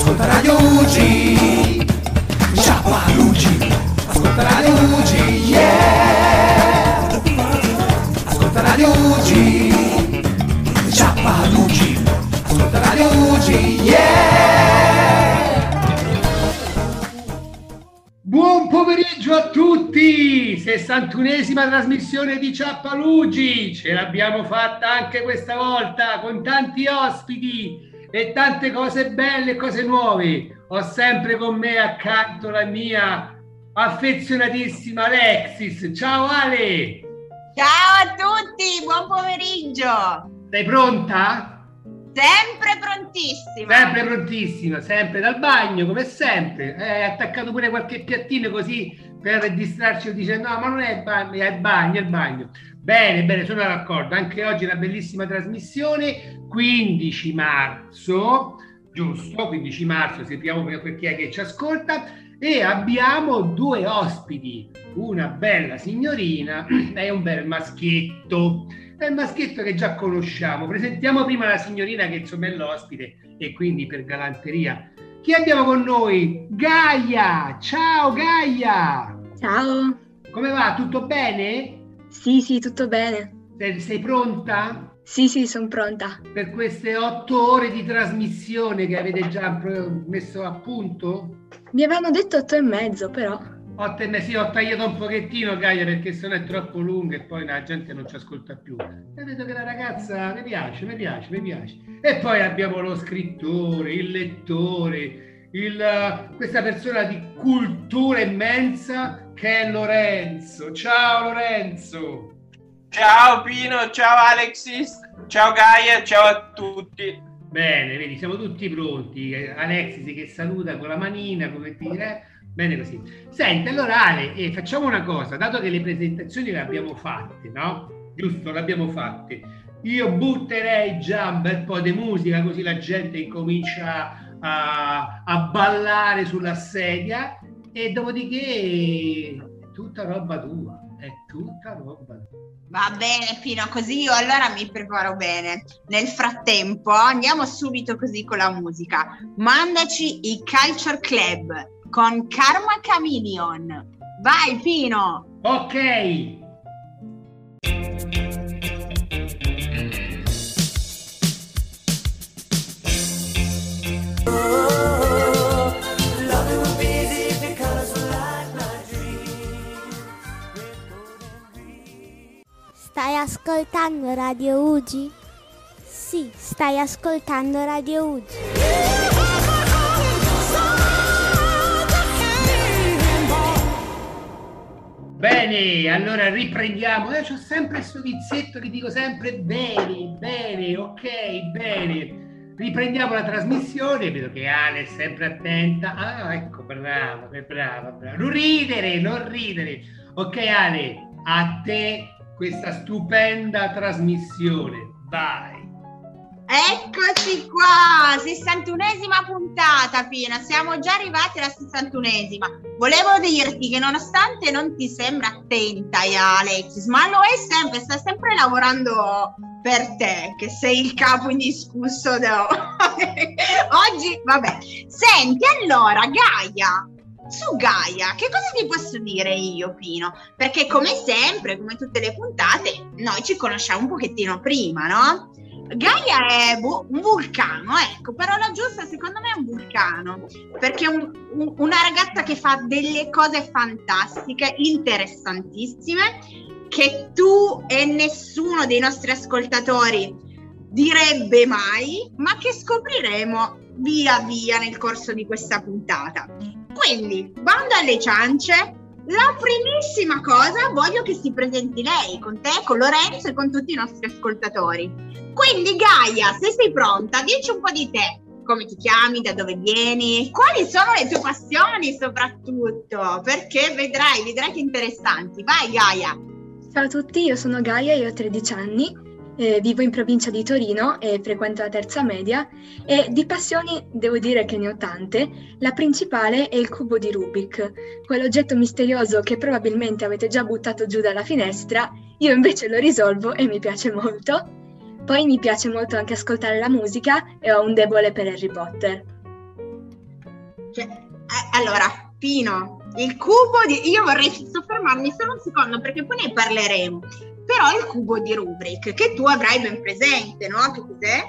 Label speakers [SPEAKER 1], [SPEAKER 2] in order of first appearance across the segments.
[SPEAKER 1] Ascolta Radio UG, Ciappalugi. Ascolta Radio UG, yeah. Ascolta Radio UG, Ciappalugi. Ascolta Radio UG, yeah.
[SPEAKER 2] Buon pomeriggio a tutti! 61esima trasmissione di Ciappalugi. Ce l'abbiamo fatta anche questa volta con tanti ospiti e tante cose belle e cose nuove. Ho sempre con me accanto la mia affezionatissima Alexis. Ciao Ale!
[SPEAKER 3] Ciao a tutti, buon pomeriggio!
[SPEAKER 2] Sei pronta?
[SPEAKER 3] Sempre prontissima!
[SPEAKER 2] Sempre prontissima, sempre dal bagno, come sempre. Attaccato pure qualche piattino così per distrarci dicendo no, ma non è il bagno, è il bagno, è il bagno. Bene, sono d'accordo. Anche oggi una bellissima trasmissione, 15 marzo, giusto? 15 marzo, sappiamo per chi è che ci ascolta, e abbiamo due ospiti, una bella signorina e un bel maschietto. È il maschietto che già conosciamo. Presentiamo prima la signorina che insomma è l'ospite e quindi per galanteria. Chi abbiamo con noi? Gaia! Ciao Gaia!
[SPEAKER 4] Ciao!
[SPEAKER 2] Come va? Tutto bene?
[SPEAKER 4] Sì, tutto bene.
[SPEAKER 2] Sei pronta?
[SPEAKER 4] Sì, sono pronta.
[SPEAKER 2] Per queste 8 ore di trasmissione che avete già messo a punto?
[SPEAKER 4] Mi avevano detto 8 e mezzo, però.
[SPEAKER 2] 8 e mezzo, sì, ho tagliato un pochettino Gaia perché sennò è troppo lungo e poi la gente non ci ascolta più. E vedo che la ragazza mi piace. E poi abbiamo lo scrittore, il lettore, questa persona di cultura immensa che è Lorenzo. Ciao Lorenzo!
[SPEAKER 5] Ciao Pino, ciao Alexis, ciao Gaia, ciao a tutti.
[SPEAKER 2] Bene, vedi, siamo tutti pronti. Alexis che saluta con la manina, come dire. Bene così. Senti, allora Ale, facciamo una cosa, dato che le presentazioni le abbiamo fatte, no? Giusto, le abbiamo fatte. Io butterei già un bel po' di musica così la gente incomincia a ballare sulla sedia e dopodiché è tutta roba tua, è tutta roba tua.
[SPEAKER 3] Va bene Pino, così io allora mi preparo bene. Nel frattempo andiamo subito così con la musica. Mandaci i Culture Club con Karma Chameleon. Vai Pino!
[SPEAKER 2] Ok!
[SPEAKER 6] Stai ascoltando Radio UG? Sì, stai ascoltando Radio UG.
[SPEAKER 2] Bene, allora riprendiamo. C'ho sempre questo vizietto che dico sempre bene, ok, bene. Riprendiamo la trasmissione, vedo che Ale è sempre attenta. Ah, ecco, brava. Non ridere. Ok Ale, a te questa stupenda trasmissione, vai.
[SPEAKER 3] Eccoci qua, 61esima puntata Pino, siamo già arrivati alla 61esima. Volevo dirti che nonostante non ti sembra attenta Alexis, ma lo è sempre, sta sempre lavorando per te, che sei il capo indiscusso oggi, vabbè. Senti, allora Gaia, su Gaia, che cosa ti posso dire io Pino? Perché come sempre, come tutte le puntate, noi ci conosciamo un pochettino prima, no? Gaia è un vulcano, ecco, parola giusta secondo me è un vulcano, perché è una ragazza che fa delle cose fantastiche, interessantissime, che tu e nessuno dei nostri ascoltatori direbbe mai, ma che scopriremo via via nel corso di questa puntata. Quindi, bando alle ciance, la primissima cosa voglio che si presenti lei, con te, con Lorenzo e con tutti i nostri ascoltatori. Quindi Gaia, se sei pronta, dici un po' di te. Come ti chiami, da dove vieni, quali sono le tue passioni soprattutto, perché vedrai che interessanti. Vai Gaia.
[SPEAKER 4] Ciao a tutti, io sono Gaia, io ho 13 anni, vivo in provincia di Torino e frequento la terza media e di passioni devo dire che ne ho tante. La principale è il cubo di Rubik, quell'oggetto misterioso che probabilmente avete già buttato giù dalla finestra, io invece lo risolvo e mi piace molto. Poi mi piace molto anche ascoltare la musica e ho un debole per Harry Potter.
[SPEAKER 3] Allora, Pino, il cubo di... Io vorrei soffermarmi solo un secondo perché poi ne parleremo. Però il cubo di Rubrik, che tu avrai ben presente, no? Che cos'è?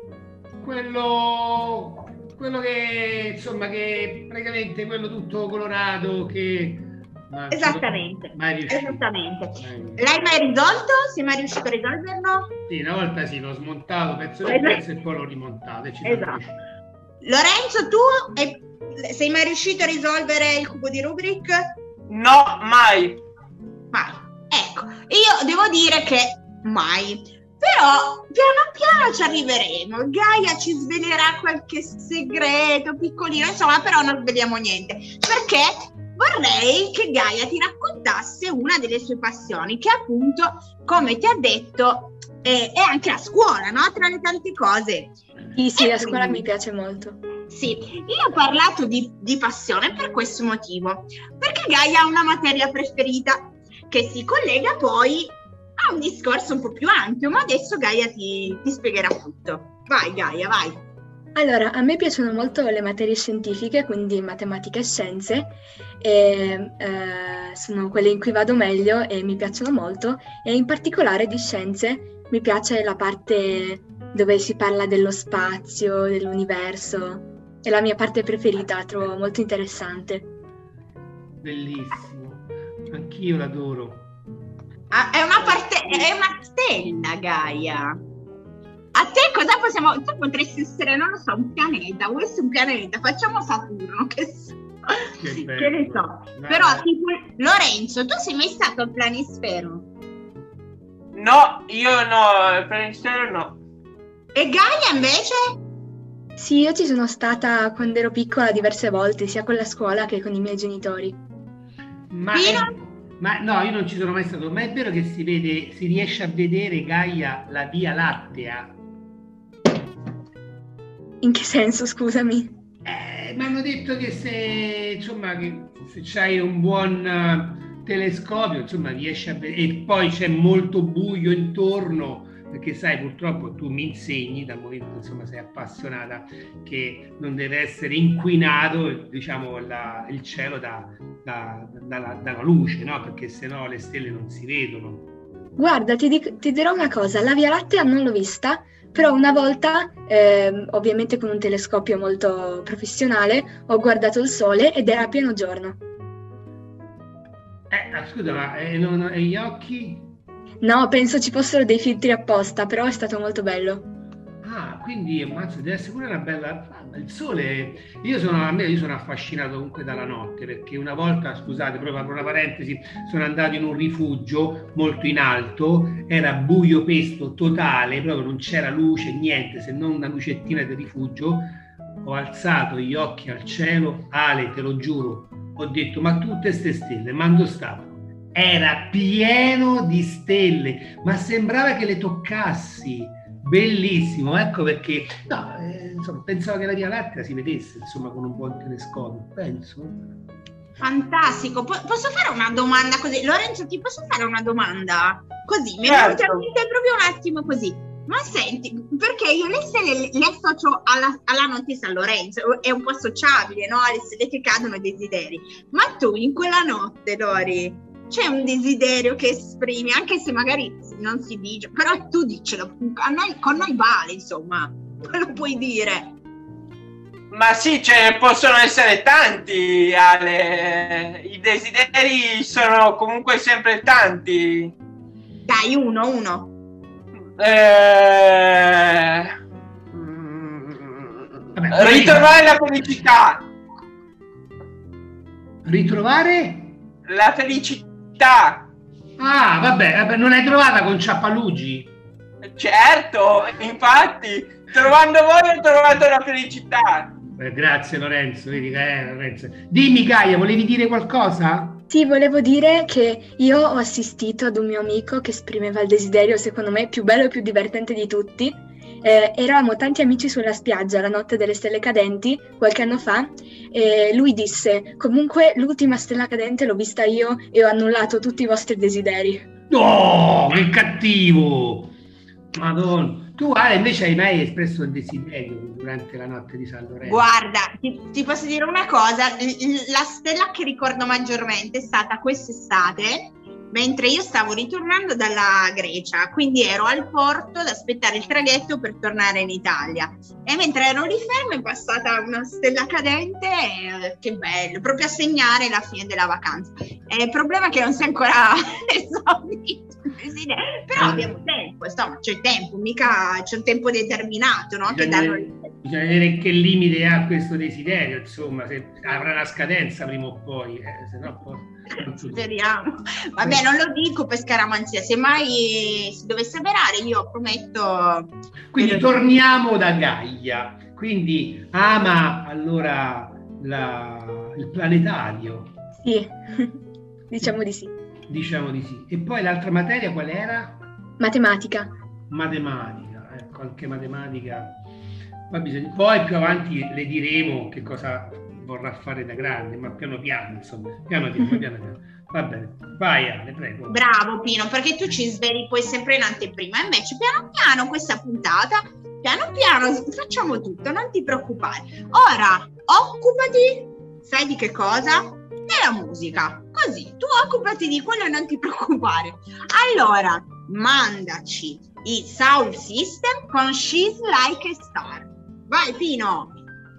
[SPEAKER 2] Quello che, insomma, che praticamente quello tutto colorato che...
[SPEAKER 3] Esattamente.
[SPEAKER 2] Mai riuscito.
[SPEAKER 3] Esattamente. L'hai mai risolto? Sei mai riuscito a risolverlo?
[SPEAKER 2] Sì, una volta sì, l'ho smontato pezzo per pezzo e poi l'ho rimontato. E ci sono
[SPEAKER 3] Esatto.
[SPEAKER 2] riuscito.
[SPEAKER 3] Lorenzo, tu sei mai riuscito a risolvere il cubo di Rubrik?
[SPEAKER 5] No, mai.
[SPEAKER 3] Mai. Ecco, io devo dire che mai. Però piano piano ci arriveremo. Gaia ci svelerà qualche segreto piccolino, insomma, però non sveliamo niente. Perché vorrei che Gaia ti raccontasse una delle sue passioni, che appunto, come ti ha detto, è anche la scuola, no? Tra le tante cose.
[SPEAKER 4] Sì, la scuola mi piace molto.
[SPEAKER 3] Sì, io ho parlato di passione per questo motivo, perché Gaia ha una materia preferita che si collega poi a un discorso un po' più ampio, ma adesso Gaia ti spiegherà tutto. Vai Gaia, vai.
[SPEAKER 4] Allora, a me piacciono molto le materie scientifiche, quindi matematica e scienze, e sono quelle in cui vado meglio e mi piacciono molto, e in particolare di scienze mi piace la parte dove si parla dello spazio, dell'universo. È la mia parte preferita, la trovo molto interessante.
[SPEAKER 2] Bellissimo, anch'io l'adoro.
[SPEAKER 3] È una stella, Gaia. A te cosa possiamo... Tu potresti essere, non lo so, un pianeta. Vuoi essere un pianeta? Facciamo Saturno, che ne so. Però tipo, Lorenzo, tu sei mai stato al planisfero?
[SPEAKER 5] No, io no, il planisfero no.
[SPEAKER 3] E Gaia invece?
[SPEAKER 4] Sì, io ci sono stata quando ero piccola diverse volte, sia con la scuola che con i miei genitori.
[SPEAKER 2] Ma no, io non ci sono mai stato. Ma è vero che si riesce a vedere, Gaia, la Via Lattea?
[SPEAKER 4] In che senso, scusami?
[SPEAKER 2] Mi hanno detto che se c'hai un buon telescopio, insomma, riesci a vedere. E poi c'è molto buio intorno, perché sai, purtroppo tu mi insegni, dal momento insomma sei appassionata, che non deve essere inquinato, diciamo, il cielo dalla luce, no? Perché sennò le stelle non si vedono.
[SPEAKER 4] Guarda, ti dirò una cosa, la Via Lattea non l'ho vista, però una volta, ovviamente con un telescopio molto professionale, ho guardato il sole ed era a pieno giorno.
[SPEAKER 2] Scusa, ma gli occhi?
[SPEAKER 4] No, penso ci fossero dei filtri apposta, però è stato molto bello.
[SPEAKER 2] Ah, quindi ammazza, deve essere pure una bella... Il sole... Io sono affascinato comunque dalla notte, perché una volta, scusate, proprio apro una parentesi, sono andato in un rifugio molto in alto, era buio pesto totale, proprio non c'era luce, niente, se non una lucettina del rifugio. Ho alzato gli occhi al cielo, Ale, te lo giuro, ho detto, ma tutte ste stelle, ma dove stavano? Era pieno di stelle, ma sembrava che le toccassi. Bellissimo, ecco perché insomma, pensavo che la Via Lattea si vedesse, insomma, con un buon telescopio, penso.
[SPEAKER 3] Fantastico. Posso fare una domanda così? Lorenzo, ti posso fare una domanda? Così, mi è venuta in mente proprio un attimo così. Ma senti, perché io le stelle le associo alla notizia a Lorenzo, è un po' associabile, no? Le stelle che cadono ai desideri. Ma tu in quella notte, Lori, c'è un desiderio che esprimi, anche se magari non si dice, però tu dicelo, con noi vale, insomma, lo puoi dire.
[SPEAKER 5] Ma sì, possono essere tanti, Ale. I desideri sono comunque sempre tanti.
[SPEAKER 3] Dai, uno.
[SPEAKER 5] Ritrovare la felicità.
[SPEAKER 2] Ritrovare?
[SPEAKER 5] La felicità.
[SPEAKER 2] Ah, vabbè, non l'hai trovata con Ciappalugi?
[SPEAKER 5] Certo, infatti, trovando voi ho trovato la felicità.
[SPEAKER 2] Grazie Lorenzo, vedi, Lorenzo. Dimmi Gaia, volevi dire qualcosa?
[SPEAKER 4] Sì, volevo dire che io ho assistito ad un mio amico che esprimeva il desiderio, secondo me, più bello e più divertente di tutti. Eravamo tanti amici sulla spiaggia la notte delle stelle cadenti, qualche anno fa, e lui disse, comunque l'ultima stella cadente l'ho vista io e ho annullato tutti i vostri desideri.
[SPEAKER 2] Oh, che cattivo! Madonna. Tu Ale invece hai mai espresso il desiderio durante la notte di San Lorenzo?
[SPEAKER 3] Guarda, ti posso dire una cosa, la stella che ricordo maggiormente è stata quest'estate, mentre io stavo ritornando dalla Grecia, quindi ero al porto ad aspettare il traghetto per tornare in Italia, e mentre ero lì ferma è passata una stella cadente, che bello, proprio a segnare la fine della vacanza. Il problema è che non si è ancora esaurito, però abbiamo tempo, insomma, c'è tempo, mica c'è un tempo determinato, no?
[SPEAKER 2] Bisogna vedere che limite ha questo desiderio, insomma, se avrà una scadenza prima o poi, se no poi...
[SPEAKER 3] Speriamo. Vabbè, non lo dico per scaramanzia, se mai si dovesse avverare io prometto.
[SPEAKER 2] Quindi torniamo da Gaia, quindi ama allora il planetario.
[SPEAKER 4] Sì, diciamo di sì.
[SPEAKER 2] Diciamo di sì. E poi l'altra materia qual era?
[SPEAKER 4] Matematica.
[SPEAKER 2] Matematica, ecco, anche matematica. Poi più avanti le diremo che cosa vorrà fare da grande, ma piano piano, insomma, piano piano. Va bene, vai Ale, prego.
[SPEAKER 3] Bravo Pino, perché tu ci svegli poi sempre in anteprima, invece piano piano questa puntata, piano piano facciamo tutto, non ti preoccupare. Ora, occupati, sai di che cosa? Della musica, così, tu occupati di quello e non ti preoccupare. Allora, mandaci i Soul System con She's Like a Star. Vai Pino!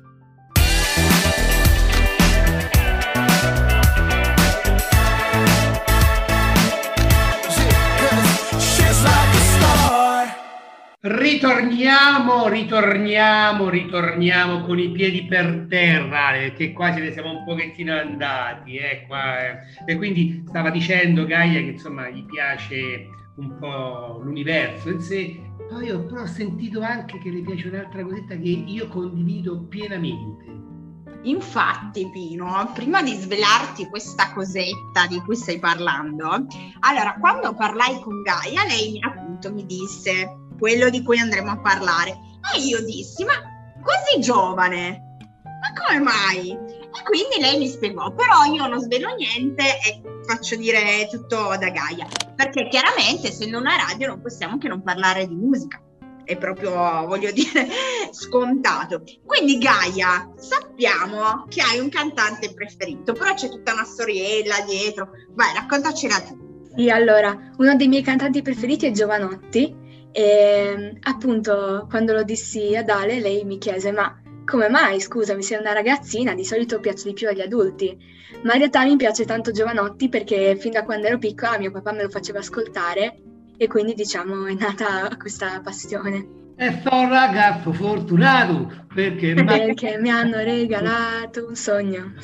[SPEAKER 2] Ritorniamo con i piedi per terra, perché qua ce ne siamo un pochettino andati, e quindi stava dicendo Gaia che insomma gli piace un po' l'universo in sé. Poi però ho sentito anche che le piace un'altra cosetta che io condivido pienamente.
[SPEAKER 3] Infatti Pino, prima di svelarti questa cosetta di cui stai parlando, allora quando parlai con Gaia lei appunto mi disse quello di cui andremo a parlare, e io dissi ma così giovane, ma come mai? E quindi lei mi spiegò, però io non svelo niente e faccio dire tutto da Gaia, perché chiaramente essendo una radio non possiamo che non parlare di musica, è proprio, voglio dire, scontato. Quindi Gaia, sappiamo che hai un cantante preferito, però c'è tutta una storiella dietro, vai raccontacela tu.
[SPEAKER 4] Sì, allora, uno dei miei cantanti preferiti è Giovanotti e appunto quando lo dissi ad Ale lei mi chiese ma come mai, scusami, sei una ragazzina, di solito piace di più agli adulti, ma in realtà mi piace tanto Giovanotti perché fin da quando ero piccola mio papà me lo faceva ascoltare e quindi diciamo è nata questa passione.
[SPEAKER 2] E sono un ragazzo fortunato perché
[SPEAKER 4] mi hanno regalato un sogno.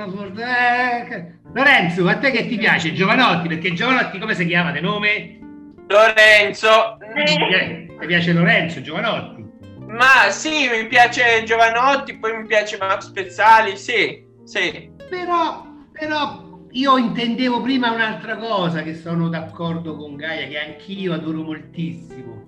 [SPEAKER 2] Lorenzo, a te che ti piace Giovanotti? Perché Giovanotti come si chiama di nome?
[SPEAKER 5] Lorenzo.
[SPEAKER 2] Ti piace Lorenzo Giovanotti?
[SPEAKER 5] Ma sì, mi piace Giovanotti, poi mi piace Max Pezzali, sì.
[SPEAKER 2] Però io intendevo prima un'altra cosa, che sono d'accordo con Gaia, che anch'io adoro moltissimo.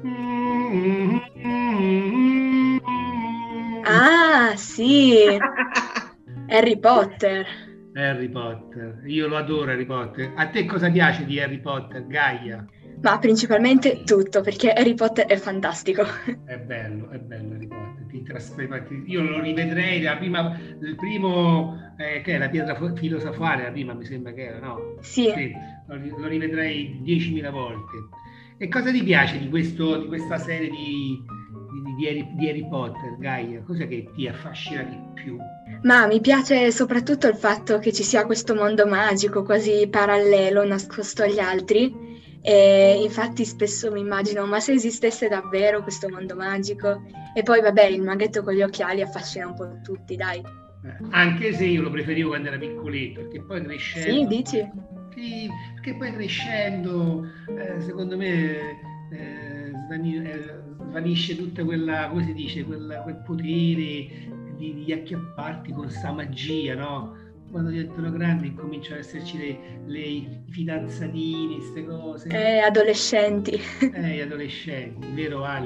[SPEAKER 4] Ah, sì! Harry Potter.
[SPEAKER 2] Io lo adoro Harry Potter. A te cosa piace di Harry Potter, Gaia?
[SPEAKER 4] Ma principalmente tutto, perché Harry Potter è fantastico.
[SPEAKER 2] È bello Harry Potter. Io lo rivedrei il primo che è la pietra filosofale, la prima mi sembra che era, no?
[SPEAKER 4] Sì.
[SPEAKER 2] Lo rivedrei 10.000 volte. E cosa ti piace di questa serie di Harry Potter, Gaia? Cos'è che ti affascina di più?
[SPEAKER 4] Ma mi piace soprattutto il fatto che ci sia questo mondo magico quasi parallelo, nascosto agli altri. E infatti spesso mi immagino, ma se esistesse davvero questo mondo magico? E poi vabbè, il maghetto con gli occhiali affascina un po' tutti, dai.
[SPEAKER 2] Anche se io lo preferivo quando era piccoletto, perché poi crescendo...
[SPEAKER 4] Sì, dici?
[SPEAKER 2] Sì, perché poi crescendo, secondo me, svanisce tutta quella, come si dice, quel potere di acchiapparti con sta magia, no? Quando diventano grandi incominciano ad esserci i fidanzatini, queste cose.
[SPEAKER 4] Adolescenti.
[SPEAKER 2] Adolescenti, vero Ale?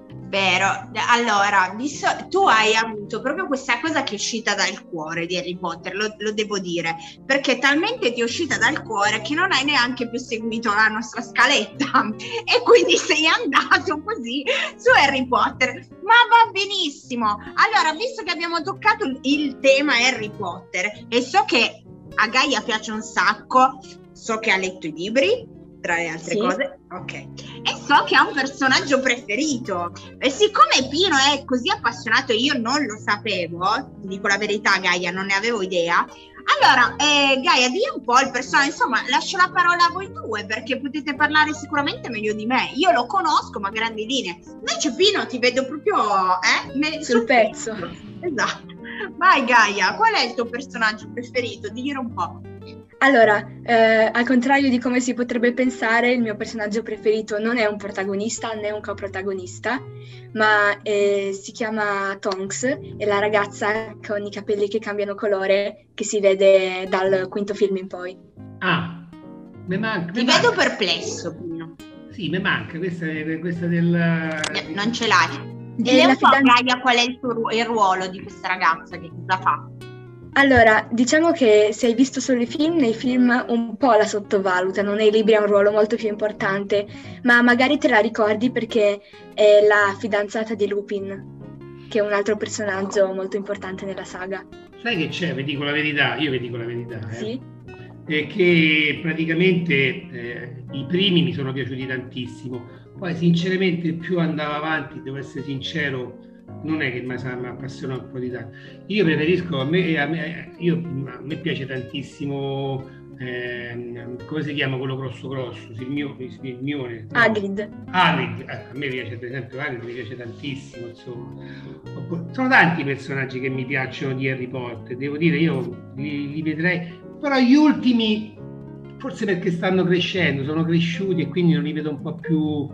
[SPEAKER 3] Vero, allora, tu hai avuto proprio questa cosa che è uscita dal cuore di Harry Potter, lo devo dire, perché talmente ti è uscita dal cuore che non hai neanche più seguito la nostra scaletta e quindi sei andato così su Harry Potter, ma va benissimo. Allora, visto che abbiamo toccato il tema Harry Potter e so che a Gaia piace un sacco, so che ha letto i libri, tra le altre cose, ok, e so che ha un personaggio preferito e siccome Pino è così appassionato, io non lo sapevo, ti dico la verità Gaia, non ne avevo idea. Allora Gaia, di un po' il personaggio, insomma lascio la parola a voi due perché potete parlare sicuramente meglio di me, io lo conosco ma a grandi linee, invece Pino ti vedo proprio
[SPEAKER 4] sul pezzo.
[SPEAKER 3] Esatto, vai Gaia, qual è il tuo personaggio preferito? Dire un po'.
[SPEAKER 4] Allora, al contrario di come si potrebbe pensare, il mio personaggio preferito non è un protagonista né un coprotagonista, ma si chiama Tonks, è la ragazza con i capelli che cambiano colore che si vede dal quinto film in poi.
[SPEAKER 2] Ah, mi manca.
[SPEAKER 3] Ti vedo perplesso, Pino.
[SPEAKER 2] Sì, mi manca, questa del...
[SPEAKER 3] Non ce l'hai. Dile un po', Gaia, qual è il ruolo di questa ragazza, che cosa fa?
[SPEAKER 4] Allora, diciamo che se hai visto solo i film, nei film un po' la sottovalutano, nei libri ha un ruolo molto più importante, ma magari te la ricordi perché è la fidanzata di Lupin, che è un altro personaggio molto importante nella saga.
[SPEAKER 2] Sai che c'è? Vi dico la verità, io vi dico la verità.
[SPEAKER 4] Sì?
[SPEAKER 2] È che praticamente i primi mi sono piaciuti tantissimo, poi sinceramente più andavo avanti, devo essere sincero, non è che mi appassiona un po' di tanto. Io preferisco, a me piace tantissimo, come si chiama quello grosso, il mione?
[SPEAKER 4] Hagrid.
[SPEAKER 2] Hagrid, a me piace per esempio Hagrid, mi piace tantissimo, insomma. Sono tanti i personaggi che mi piacciono di Harry Potter, devo dire, io li vedrei, però gli ultimi, forse perché stanno crescendo, sono cresciuti e quindi non li vedo un po' più...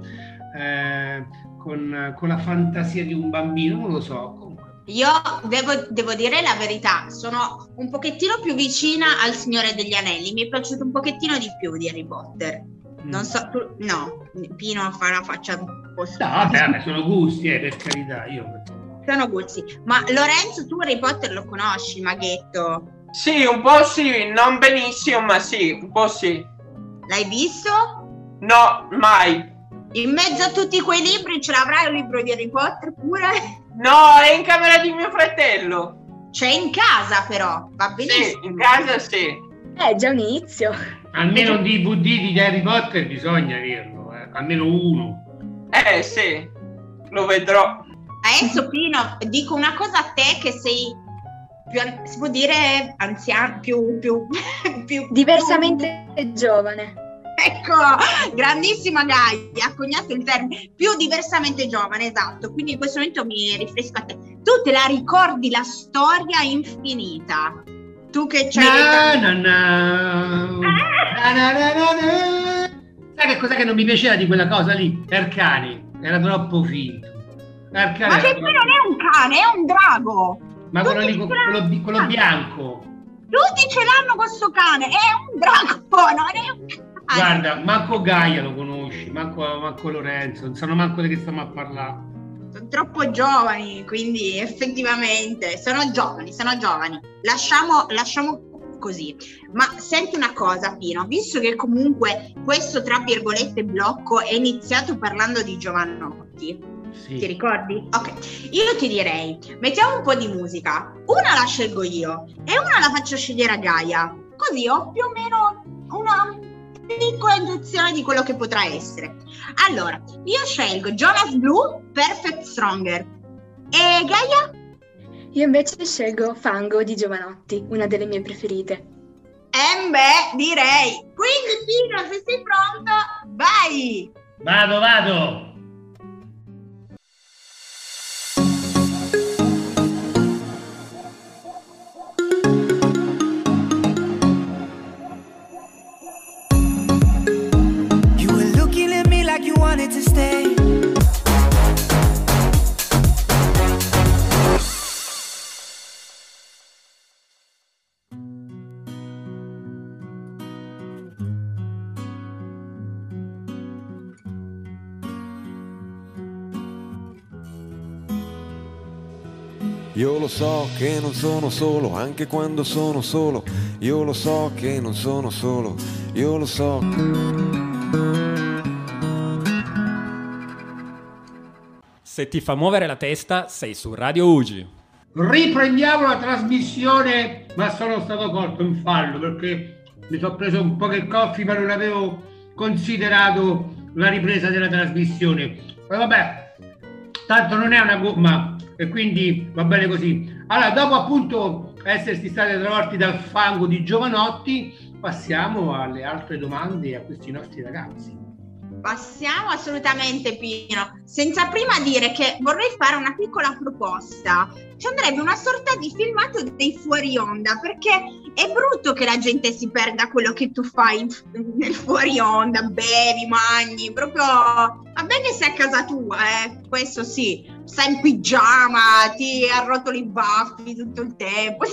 [SPEAKER 2] con la fantasia di un bambino, non lo so. Comunque.
[SPEAKER 3] Io devo dire la verità, sono un pochettino più vicina al Signore degli Anelli, mi è piaciuto un pochettino di più di Harry Potter. Non so, no, Pino fa una faccia un po'
[SPEAKER 2] No, vabbè, sono gusti, per carità,
[SPEAKER 3] sono gusti. Ma Lorenzo, tu Harry Potter lo conosci, maghetto?
[SPEAKER 5] Sì, un po' sì, non benissimo, ma sì, un po' sì.
[SPEAKER 3] L'hai visto?
[SPEAKER 5] No, mai.
[SPEAKER 3] In mezzo a tutti quei libri ce l'avrai un libro di Harry Potter pure?
[SPEAKER 5] No, è in camera di mio fratello.
[SPEAKER 3] C'è in casa però, va benissimo.
[SPEAKER 5] Sì, in casa sì.
[SPEAKER 4] È già un inizio.
[SPEAKER 2] Almeno un DVD di Harry Potter bisogna averlo, almeno uno.
[SPEAKER 5] Sì, lo vedrò.
[SPEAKER 3] Adesso Pino, dico una cosa a te che sei più, si può dire anziano, più
[SPEAKER 4] diversamente giovane.
[SPEAKER 3] Ecco, grandissima Gaia, ha coniato il termine, più diversamente giovane, esatto, quindi in questo momento mi rifresco a te. Tu te la ricordi la storia infinita? Tu che c'hai...
[SPEAKER 2] Sai che cos'è che non mi piaceva di quella cosa lì? Arcani, era troppo finto.
[SPEAKER 3] Ma che poi non è un cane, è un drago!
[SPEAKER 2] Ma quello bianco.
[SPEAKER 3] Tutti ce l'hanno questo cane, è un drago, non è un cane.
[SPEAKER 2] Guarda, manco Gaia lo conosci, manco Lorenzo, non sanno manco di che stiamo a parlare.
[SPEAKER 3] Sono troppo giovani, quindi effettivamente sono giovani. Lasciamo così. Ma senti una cosa, Pino, visto che comunque questo tra virgolette blocco è iniziato parlando di Giovanotti, sì. Ti ricordi? Ok, io ti direi, mettiamo un po' di musica, una la scelgo io e una la faccio scegliere a Gaia, così ho più o meno una piccola intuizione di quello che potrà essere. Allora, io scelgo Jonas Blue, Perfect Stronger. E Gaia?
[SPEAKER 4] Io invece scelgo Fango di Giovanotti, una delle mie preferite.
[SPEAKER 3] Beh, direi. Quindi Pino, se sei pronto, vai!
[SPEAKER 2] Vado!
[SPEAKER 1] Like you wanted to stay.
[SPEAKER 7] Io lo so che non sono solo, anche quando sono solo. Io lo so che non sono solo, io lo so.
[SPEAKER 8] Se ti fa muovere la testa, sei su Radio Ugi.
[SPEAKER 2] Riprendiamo la trasmissione, ma sono stato colto in fallo perché mi sono preso un po' che coffee, ma non avevo considerato la ripresa della trasmissione. Ma vabbè, tanto non è una gomma e quindi va bene così. Allora, dopo appunto essersi stati travolti dal fango di Giovanotti, passiamo alle altre domande a questi nostri ragazzi.
[SPEAKER 3] Passiamo assolutamente, Pino, senza prima dire che vorrei fare una piccola proposta. Ci andrebbe una sorta di filmato dei fuori onda, perché è brutto che la gente si perda quello che tu fai nel fuori onda, bevi, mangi, proprio va bene se è a casa tua, questo sì, stai in pigiama, ti arrotoli i baffi tutto il tempo,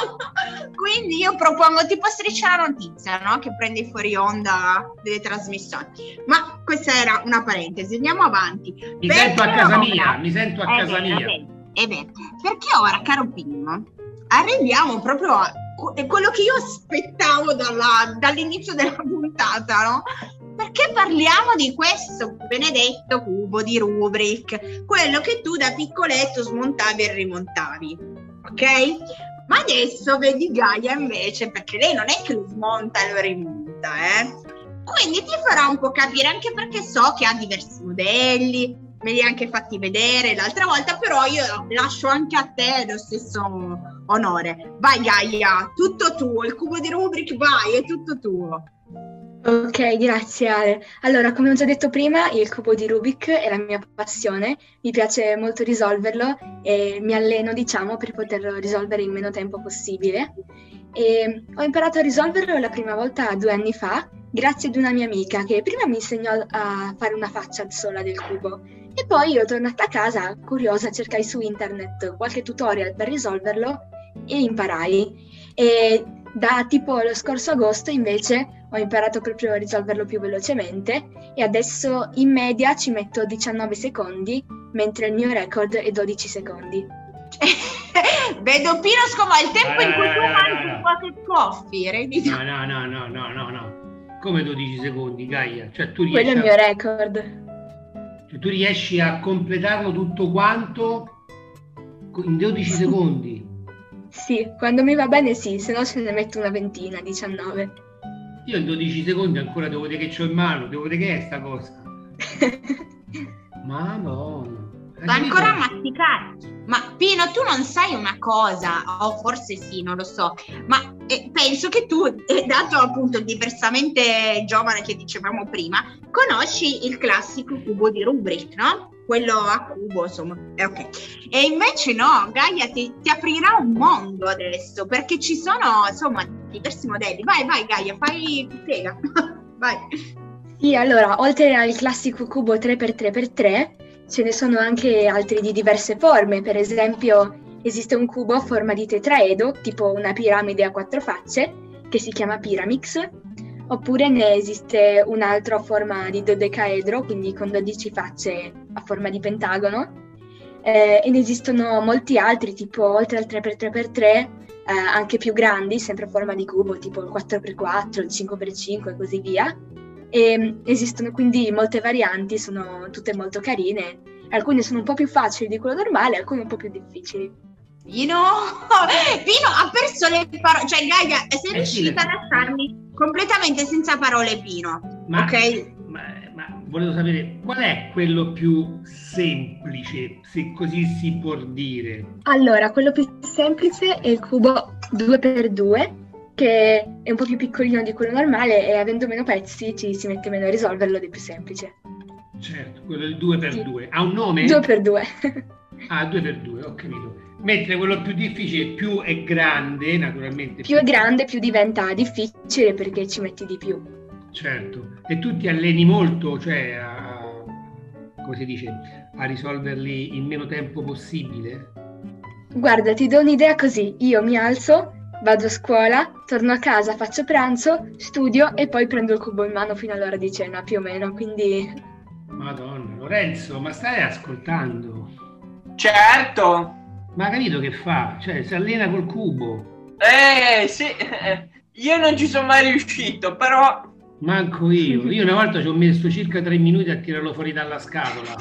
[SPEAKER 3] quindi io propongo tipo Striscia la Notizia, no? Che prende i fuori onda delle trasmissioni, ma questa era una parentesi, andiamo avanti.
[SPEAKER 2] Mi sento a casa mia.
[SPEAKER 3] E beh, perché ora, caro Pino, arriviamo proprio a quello che io aspettavo dall'inizio della puntata, no? Perché parliamo di questo benedetto cubo di Rubik, quello che tu da piccoletto smontavi e rimontavi, ok? Ma adesso vedi Gaia invece, perché lei non è che lo smonta e lo rimonta, quindi ti farà un po' capire, anche perché so che ha diversi modelli, me li hai anche fatti vedere l'altra volta, però io lascio anche a te lo stesso onore. Vai Gaia, tutto tuo, il cubo di Rubik, vai, è tutto tuo.
[SPEAKER 4] Ok, grazie Ale. Allora, come ho già detto prima, il cubo di Rubik è la mia passione, mi piace molto risolverlo e mi alleno, diciamo, per poterlo risolvere in meno tempo possibile. E ho imparato a risolverlo la prima volta 2 anni fa, grazie ad una mia amica che prima mi insegnò a fare una faccia sola del cubo e poi io, tornata a casa, curiosa, cercai su internet qualche tutorial per risolverlo e imparai. E da tipo lo scorso agosto invece ho imparato proprio a risolverlo più velocemente e adesso in media ci metto 19 secondi, mentre il mio record è 12 secondi.
[SPEAKER 3] Vedo Pino scoma il tempo in cui tu mangi qualche coffee.
[SPEAKER 2] No. Come 12 secondi, Gaia? Cioè, tu riesci
[SPEAKER 4] quello è il mio record.
[SPEAKER 2] Cioè, tu riesci a completarlo tutto quanto in 12 secondi?
[SPEAKER 4] Sì, quando mi va bene sì, se no se ne metto una ventina, 19.
[SPEAKER 2] Io in 12 secondi ancora devo vedere che c'ho in mano, devo vedere che è sta cosa. Madonna.
[SPEAKER 3] Va ancora a masticare. Ma Pino, tu non sai una cosa, o forse sì, non lo so, ma penso che tu, dato appunto il diversamente giovane che dicevamo prima, conosci il classico cubo di Rubik, no? Quello a cubo, insomma, ok. E invece no, Gaia ti aprirà un mondo adesso, perché ci sono, insomma, diversi modelli. Vai Gaia, spiega. Vai.
[SPEAKER 4] Sì, allora, oltre al classico cubo 3x3x3, ce ne sono anche altri di diverse forme. Per esempio, esiste un cubo a forma di tetraedo, tipo una piramide a 4 facce, che si chiama Pyramix. Oppure ne esiste un altro a forma di dodecaedro, quindi con 12 facce a forma di pentagono. E ne esistono molti altri, tipo oltre al 3x3x3, anche più grandi, sempre a forma di cubo, tipo il 4x4, il 5x5 e così via. E esistono quindi molte varianti, sono tutte molto carine. Alcune sono un po' più facili di quello normale, alcune un po' più difficili.
[SPEAKER 3] Pino ha perso le parole, cioè Gaia sei riuscita a lasciarmi completamente senza parole, Pino. Ok?
[SPEAKER 2] Ma volevo sapere qual è quello più semplice, se così si può dire.
[SPEAKER 4] Allora, quello più semplice è il cubo 2x2, che è un po' più piccolino di quello normale e avendo meno pezzi ci si mette meno a risolverlo, ed è più semplice.
[SPEAKER 2] Certo, quello del 2x2. Sì. Ha un nome?
[SPEAKER 4] 2x2.
[SPEAKER 2] Ah, 2x2, ho capito. Mentre quello più difficile, più è grande, naturalmente.
[SPEAKER 4] Più è grande, più diventa difficile perché ci metti di più.
[SPEAKER 2] Certo. E tu ti alleni molto, cioè come si dice, a risolverli in meno tempo possibile?
[SPEAKER 4] Guarda, ti do un'idea così. Io mi alzo, vado a scuola, torno a casa, faccio pranzo, studio e poi prendo il cubo in mano fino all'ora di cena, più o meno, quindi...
[SPEAKER 2] Madonna, Lorenzo, ma stai ascoltando?
[SPEAKER 5] Certo!
[SPEAKER 2] Ma ha capito che fa? Cioè, si allena col cubo.
[SPEAKER 5] Sì, io non ci sono mai riuscito, però...
[SPEAKER 2] Manco io. Io una volta ci ho messo circa 3 minuti a tirarlo fuori dalla scatola.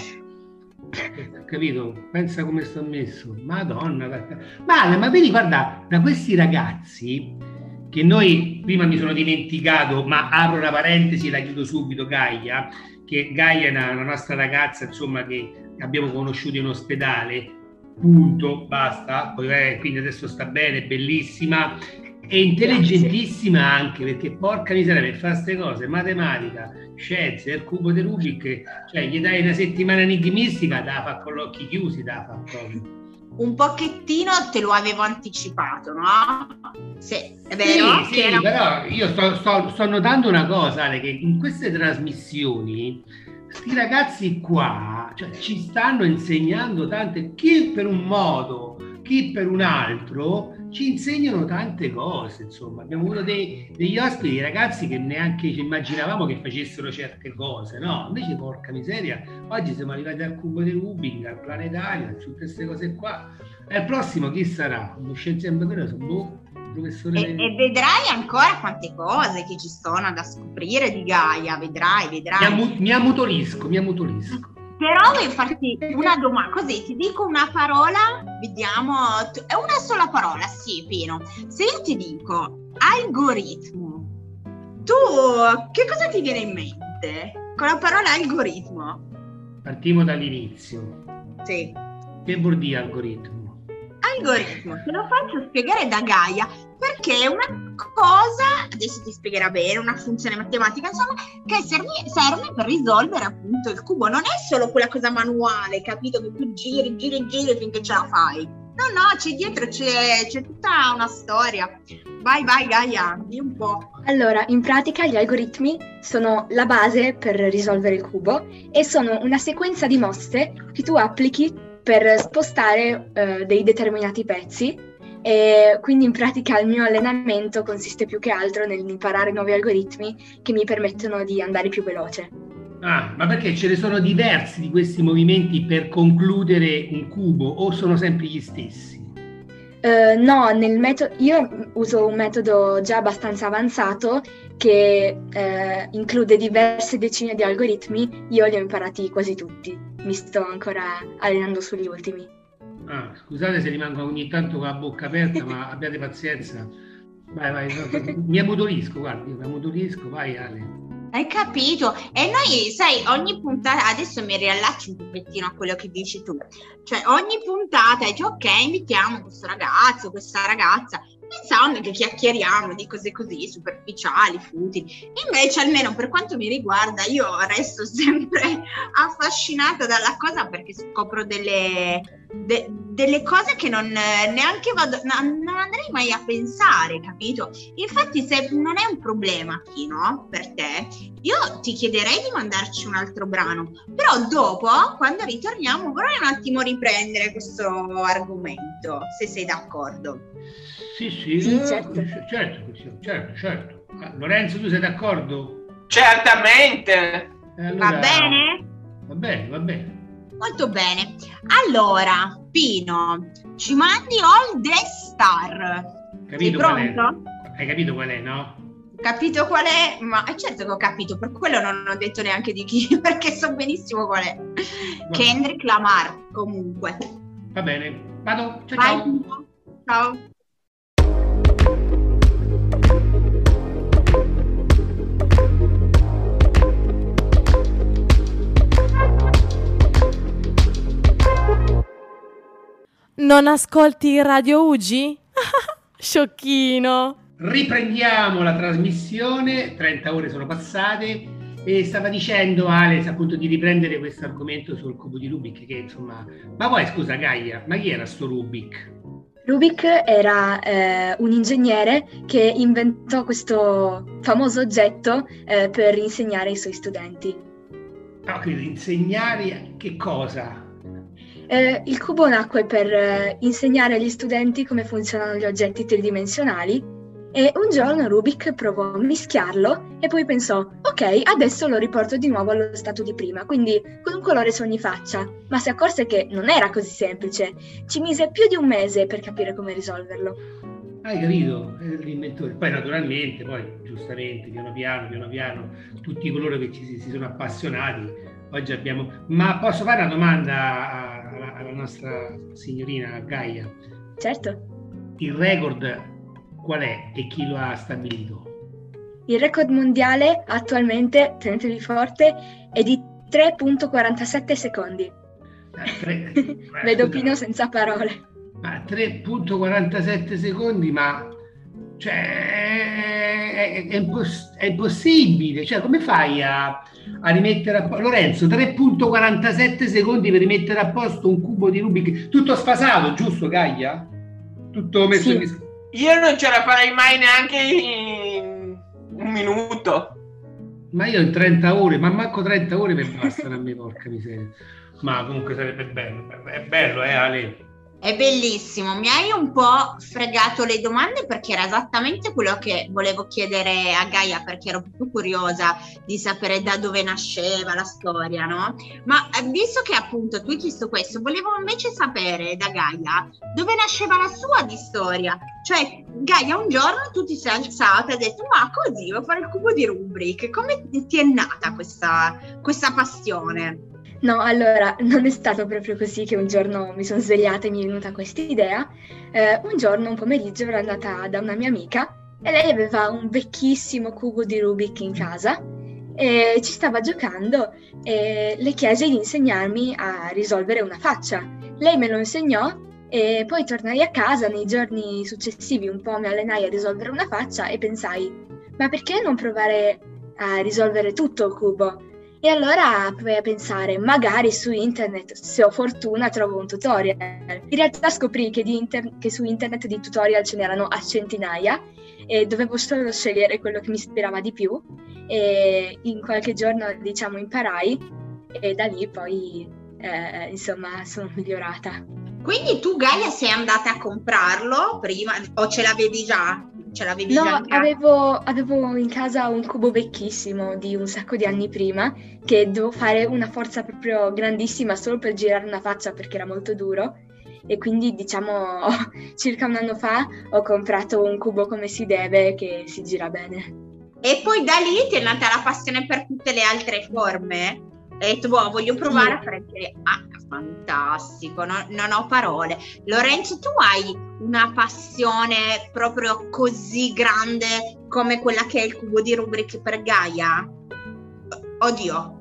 [SPEAKER 2] Capito? Pensa come sto messo. Madonna. Vale, ma vedi, guarda, da questi ragazzi che noi, prima mi sono dimenticato, ma apro una parentesi e la chiudo subito, Gaia, che Gaia è una nostra ragazza, insomma, che abbiamo conosciuto in ospedale, punto, basta. Poi, quindi adesso sta bene, bellissima. È intelligentissima anche, perché porca miseria, per fare queste cose, matematica, scienze, il cubo di Rubik, cioè gli dai una settimana enigmistica, te la fa con gli occhi chiusi, te la fa proprio.
[SPEAKER 3] Un pochettino te lo avevo anticipato, no? Sì, è vero?
[SPEAKER 2] Sì, però io sto notando una cosa, Ale, che in queste trasmissioni questi ragazzi qua, cioè, ci stanno insegnando tante, chi per un modo, chi per un altro, ci insegnano tante cose, insomma. Abbiamo avuto degli ospiti, ragazzi che neanche ci immaginavamo che facessero certe cose, no? Invece, porca miseria, oggi siamo arrivati al cubo di Rubik, al planetario, a tutte queste cose qua. E il prossimo chi sarà? Uno scienziato, professore...
[SPEAKER 3] E vedrai ancora quante cose che ci sono da scoprire di Gaia, vedrai.
[SPEAKER 2] Mi ammutolisco.
[SPEAKER 3] Però voglio farti una domanda, così ti dico una parola, vediamo, è una sola parola, sì, Pino. Se io ti dico algoritmo, tu che cosa ti viene in mente con la parola algoritmo?
[SPEAKER 2] Partiamo dall'inizio.
[SPEAKER 3] Sì.
[SPEAKER 2] Che vuol dire algoritmo?
[SPEAKER 3] Algoritmo, te lo faccio spiegare da Gaia, perché è una cosa, adesso ti spiegherà bene, una funzione matematica, insomma, che serve per risolvere appunto il cubo. Non è solo quella cosa manuale, capito? Che tu giri finché ce la fai. No, c'è dietro, c'è tutta una storia. Vai Gaia, di un po'.
[SPEAKER 4] Allora, in pratica gli algoritmi sono la base per risolvere il cubo e sono una sequenza di mosse che tu applichi per spostare dei determinati pezzi, e quindi in pratica il mio allenamento consiste più che altro nell'imparare nuovi algoritmi che mi permettono di andare più veloce.
[SPEAKER 2] Ah, ma perché ce ne sono diversi di questi movimenti per concludere un cubo o sono sempre gli stessi?
[SPEAKER 4] No, io uso un metodo già abbastanza avanzato che include diverse decine di algoritmi. Io li ho imparati quasi tutti, mi sto ancora allenando sugli ultimi.
[SPEAKER 2] Ah, scusate se rimango ogni tanto con la bocca aperta, ma abbiate pazienza. Vai, mi ammutolisco, vai Ale.
[SPEAKER 3] Hai capito? E noi, sai, ogni puntata, adesso mi riallaccio un pochettino a quello che dici tu, cioè ogni puntata dici ok, invitiamo questo ragazzo, questa ragazza, pensando che chiacchieriamo di cose così superficiali, futili. Invece, almeno per quanto mi riguarda, io resto sempre affascinata dalla cosa, perché scopro delle cose che non andrei mai a pensare, capito? Infatti, se non è un problema, Pino, per te, io ti chiederei di mandarci un altro brano, però dopo, quando ritorniamo, vorrei un attimo riprendere questo argomento, se sei d'accordo.
[SPEAKER 2] Sì, certo. Lorenzo, tu sei d'accordo?
[SPEAKER 5] Certamente.
[SPEAKER 3] Allora, va bene?
[SPEAKER 2] Va bene.
[SPEAKER 3] Molto bene. Allora, Pino, ci mandi All the Star. Sei pronto?
[SPEAKER 2] Hai capito qual è, no?
[SPEAKER 3] Capito qual è? Ma certo che ho capito, per quello non ho detto neanche di chi, perché so benissimo qual è. Kendrick Lamar, comunque.
[SPEAKER 2] Va bene, vado. Ciao.
[SPEAKER 3] Vai, ciao.
[SPEAKER 9] Non ascolti Radio Ugi? Sciocchino!
[SPEAKER 2] Riprendiamo la trasmissione, 30 ore sono passate e stava dicendo Alex appunto di riprendere questo argomento sul cubo di Rubik, che insomma... Ma poi scusa Gaia, ma chi era sto Rubik?
[SPEAKER 4] Rubik era un ingegnere che inventò questo famoso oggetto per insegnare ai suoi studenti.
[SPEAKER 2] Ah, quindi insegnare che cosa?
[SPEAKER 4] Il cubo nacque per insegnare agli studenti come funzionano gli oggetti tridimensionali E un giorno Rubik provò a mischiarlo e poi pensò, ok, adesso lo riporto di nuovo allo stato di prima, quindi con un colore su ogni faccia. Ma si accorse che non era così semplice. Ci mise più di un mese per capire come risolverlo.
[SPEAKER 2] Hai capito? L'inventore. Poi naturalmente, giustamente, piano piano, tutti coloro che si sono appassionati, oggi abbiamo... Ma posso fare una domanda alla nostra signorina Gaia?
[SPEAKER 4] Certo.
[SPEAKER 2] Il record qual è e chi lo ha stabilito?
[SPEAKER 4] Il record mondiale attualmente, tenetevi forte, è di 3.47 secondi. Vedo Pino senza parole.
[SPEAKER 2] Ma 3.47 secondi, ma cioè è impossibile, cioè come fai a rimettere a posto, Lorenzo, 3.47 secondi per rimettere a posto un cubo di Rubik, tutto sfasato, giusto Gaia? Tutto messo
[SPEAKER 4] Sì.
[SPEAKER 2] in...
[SPEAKER 5] Io non ce la farei mai neanche in un minuto.
[SPEAKER 2] Ma io in 30 ore, ma manco 30 ore per bastare a me, porca miseria. Ma comunque sarebbe bello, è bello, Ale?
[SPEAKER 3] È bellissimo, mi hai un po' fregato le domande perché era esattamente quello che volevo chiedere a Gaia, perché ero più curiosa di sapere da dove nasceva la storia, no? Ma visto che appunto tu hai chiesto questo, volevo invece sapere da Gaia dove nasceva la sua di storia. Cioè, Gaia, un giorno tu ti sei alzata e hai detto, ma così, vuoi fare il cubo di Rubik? Come ti è nata questa passione?
[SPEAKER 4] No, allora, non è stato proprio così che un giorno mi sono svegliata e mi è venuta questa idea. Un giorno, un pomeriggio, ero andata da una mia amica e lei aveva un vecchissimo cubo di Rubik in casa e ci stava giocando e le chiese di insegnarmi a risolvere una faccia. Lei me lo insegnò e poi tornai a casa nei giorni successivi, un po' mi allenai a risolvere una faccia e pensai, ma perché non provare a risolvere tutto il cubo? E allora provai a pensare, magari su internet, se ho fortuna, trovo un tutorial. In realtà scoprì che su internet di tutorial ce n'erano a centinaia e dovevo solo scegliere quello che mi ispirava di più e in qualche giorno, diciamo, imparai e da lì poi, insomma, sono migliorata.
[SPEAKER 3] Quindi tu, Gaia, sei andata a comprarlo prima o ce l'avevi già?
[SPEAKER 4] No, avevo in casa un cubo vecchissimo di un sacco di anni prima che dovevo fare una forza proprio grandissima solo per girare una faccia perché era molto duro e quindi diciamo circa un anno fa ho comprato un cubo come si deve che si gira bene.
[SPEAKER 3] E poi da lì ti è nata la passione per tutte le altre forme? Hai detto, voglio provare a fare anche... fantastico, non ho parole. Lorenzo, tu hai una passione proprio così grande come quella che è il cubo di Rubik per Gaia? Oddio,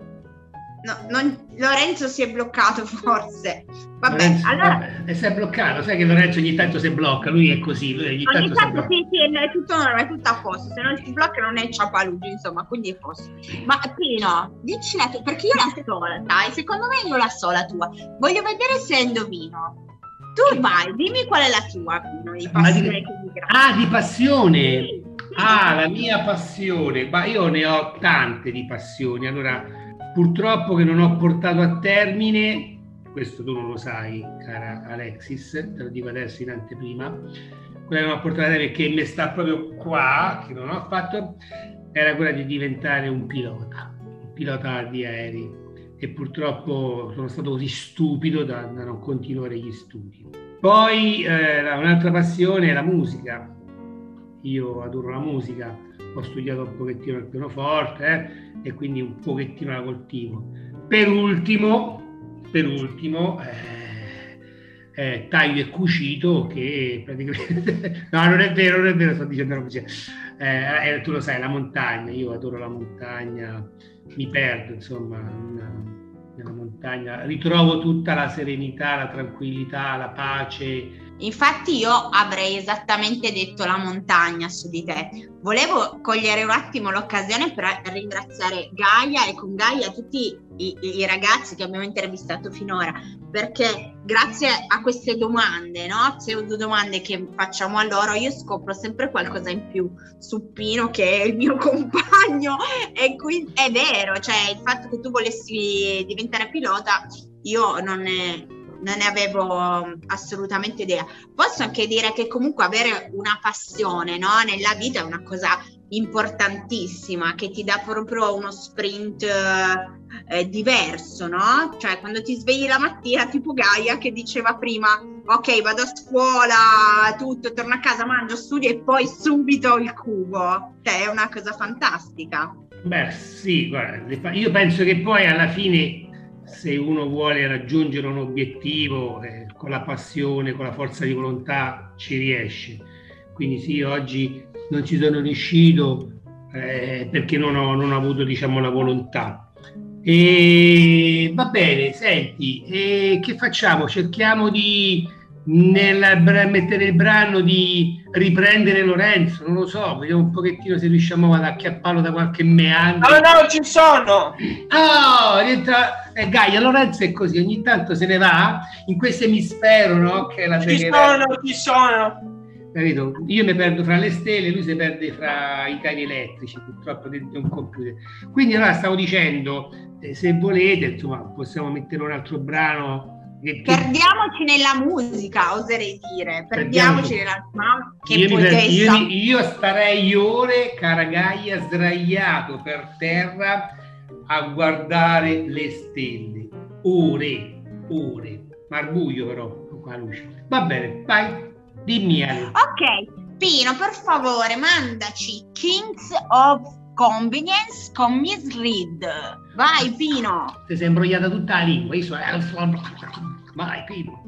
[SPEAKER 3] Lorenzo si è bloccato forse. Vabbè,
[SPEAKER 2] Lorenzo,
[SPEAKER 3] allora...
[SPEAKER 2] si è bloccato, sai che Lorenzo ogni tanto si blocca, lui è così, ogni tanto
[SPEAKER 3] sì, è tutto normale, è tutto a posto, se non si blocca non è ciapalugi, insomma, quindi è a posto. Ma Pino, dici la tua, perché io la so, sai, secondo me io la so la tua, voglio vedere se indovino. Tu vai, dimmi qual è la tua, Pino, di passione.
[SPEAKER 2] Di passione? Sì. La mia passione, ma io ne ho tante di passioni, allora purtroppo che non ho portato a termine. Questo tu non lo sai, cara Alexis, te lo dico adesso in anteprima. Quella che non ho portato a termine, che mi sta proprio qua, che non ho fatto, era quella di diventare un pilota di aerei. E purtroppo sono stato così stupido da non continuare gli studi. Poi un'altra passione è la musica. Io adoro la musica, ho studiato un pochettino il pianoforte e quindi un pochettino la coltivo. Per ultimo, taglio e cucito, che praticamente no, non è vero, sto dicendo una bugia. Tu lo sai, la montagna, io adoro la montagna, mi perdo insomma nella montagna, ritrovo tutta la serenità, la tranquillità, la pace.
[SPEAKER 3] Infatti io avrei esattamente detto la montagna su di te. Volevo cogliere un attimo l'occasione per ringraziare Gaia e con Gaia tutti i ragazzi che abbiamo intervistato finora, perché grazie a queste domande, no? Pseudo domande che facciamo a loro, io scopro sempre qualcosa in più su Pino, che è il mio compagno, e quindi è vero, cioè il fatto che tu volessi diventare pilota, io non non ne avevo assolutamente idea. Posso anche dire che comunque avere una passione, no, nella vita è una cosa importantissima, che ti dà proprio uno sprint diverso, no? Cioè quando ti svegli la mattina, tipo Gaia che diceva prima, ok, vado a scuola, tutto, torno a casa, mangio, studio e poi subito il cubo. Cioè è una cosa fantastica.
[SPEAKER 2] Beh sì, guarda, io penso che poi alla fine, se uno vuole raggiungere un obiettivo con la passione, con la forza di volontà, ci riesce. Quindi sì, oggi non ci sono riuscito perché non ho avuto, diciamo, la volontà. E va bene, senti, che facciamo? Cerchiamo di mettere il brano di riprendere Lorenzo, non lo so, vediamo un pochettino se riusciamo ad acchiapparlo da qualche meandro.
[SPEAKER 5] No, ci sono!
[SPEAKER 2] Gaia, Lorenzo è così, ogni tanto se ne va in questo emisfero, no? Che è la
[SPEAKER 5] ci sono!
[SPEAKER 2] Capito? Io mi perdo fra le stelle, lui si perde fra i cavi elettrici, purtroppo dentro un computer. Quindi allora stavo dicendo, se volete, insomma, possiamo mettere un altro brano.
[SPEAKER 3] Perdiamoci nella musica, oserei dire. Perdiamoci nella
[SPEAKER 2] io starei ore, cara Gaia, sdraiato per terra a guardare le stelle. Ore. Ma al buio però, con la luce. Va bene, vai. Dimmi Ale.
[SPEAKER 3] Ok, Pino, per favore, mandaci Kings of Convenience con Miss Reed. Vai Pino.
[SPEAKER 2] Ti sei imbrogliata tutta la lingua. Vai Pino.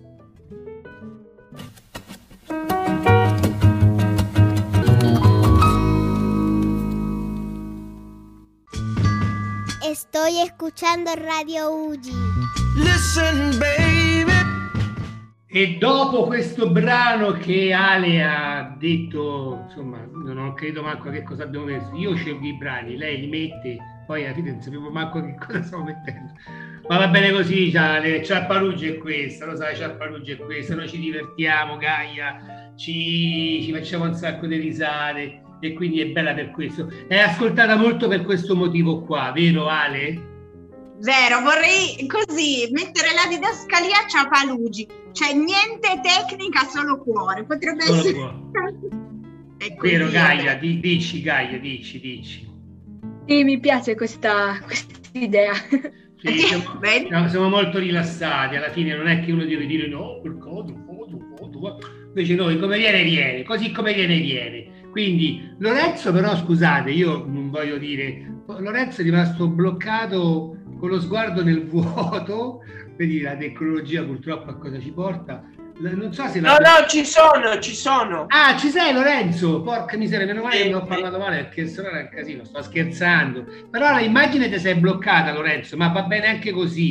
[SPEAKER 6] Estoy escuchando Radio Ugi.
[SPEAKER 1] Listen, baby.
[SPEAKER 2] E dopo questo brano che Ale ha detto, insomma, non ho capito manco che cosa abbiamo messo. Io scelgo i brani, lei li mette, poi alla fine non sapevo manco che cosa stavo mettendo. Ma va bene così, Ale, Ciappalugia è questa, lo sai, Ciappalugia è questa, noi ci divertiamo, Gaia, ci facciamo un sacco di risate e quindi è bella per questo. È ascoltata molto per questo motivo qua, vero Ale?
[SPEAKER 3] Vero, vorrei così mettere la didascalia a Ciappalugi, cioè niente tecnica, solo cuore, potrebbe
[SPEAKER 2] Solo
[SPEAKER 3] essere
[SPEAKER 2] cuore. Vero Gaia, dici Gaia, dici.
[SPEAKER 4] Sì, mi piace questa idea.
[SPEAKER 2] Sì, siamo molto rilassati, alla fine non è che uno deve dire no, per cosa, invece noi come viene, così come viene. Quindi Lorenzo però, scusate, io non voglio dire, Lorenzo è rimasto bloccato con lo sguardo nel vuoto, vedi la tecnologia purtroppo a cosa ci porta. Non so se
[SPEAKER 5] No, ci sono.
[SPEAKER 2] Ah, ci sei Lorenzo? Porca miseria, meno male che non ho parlato male perché sennò era un casino, sto scherzando. Però la immagine ti sei bloccata Lorenzo, ma va bene anche così,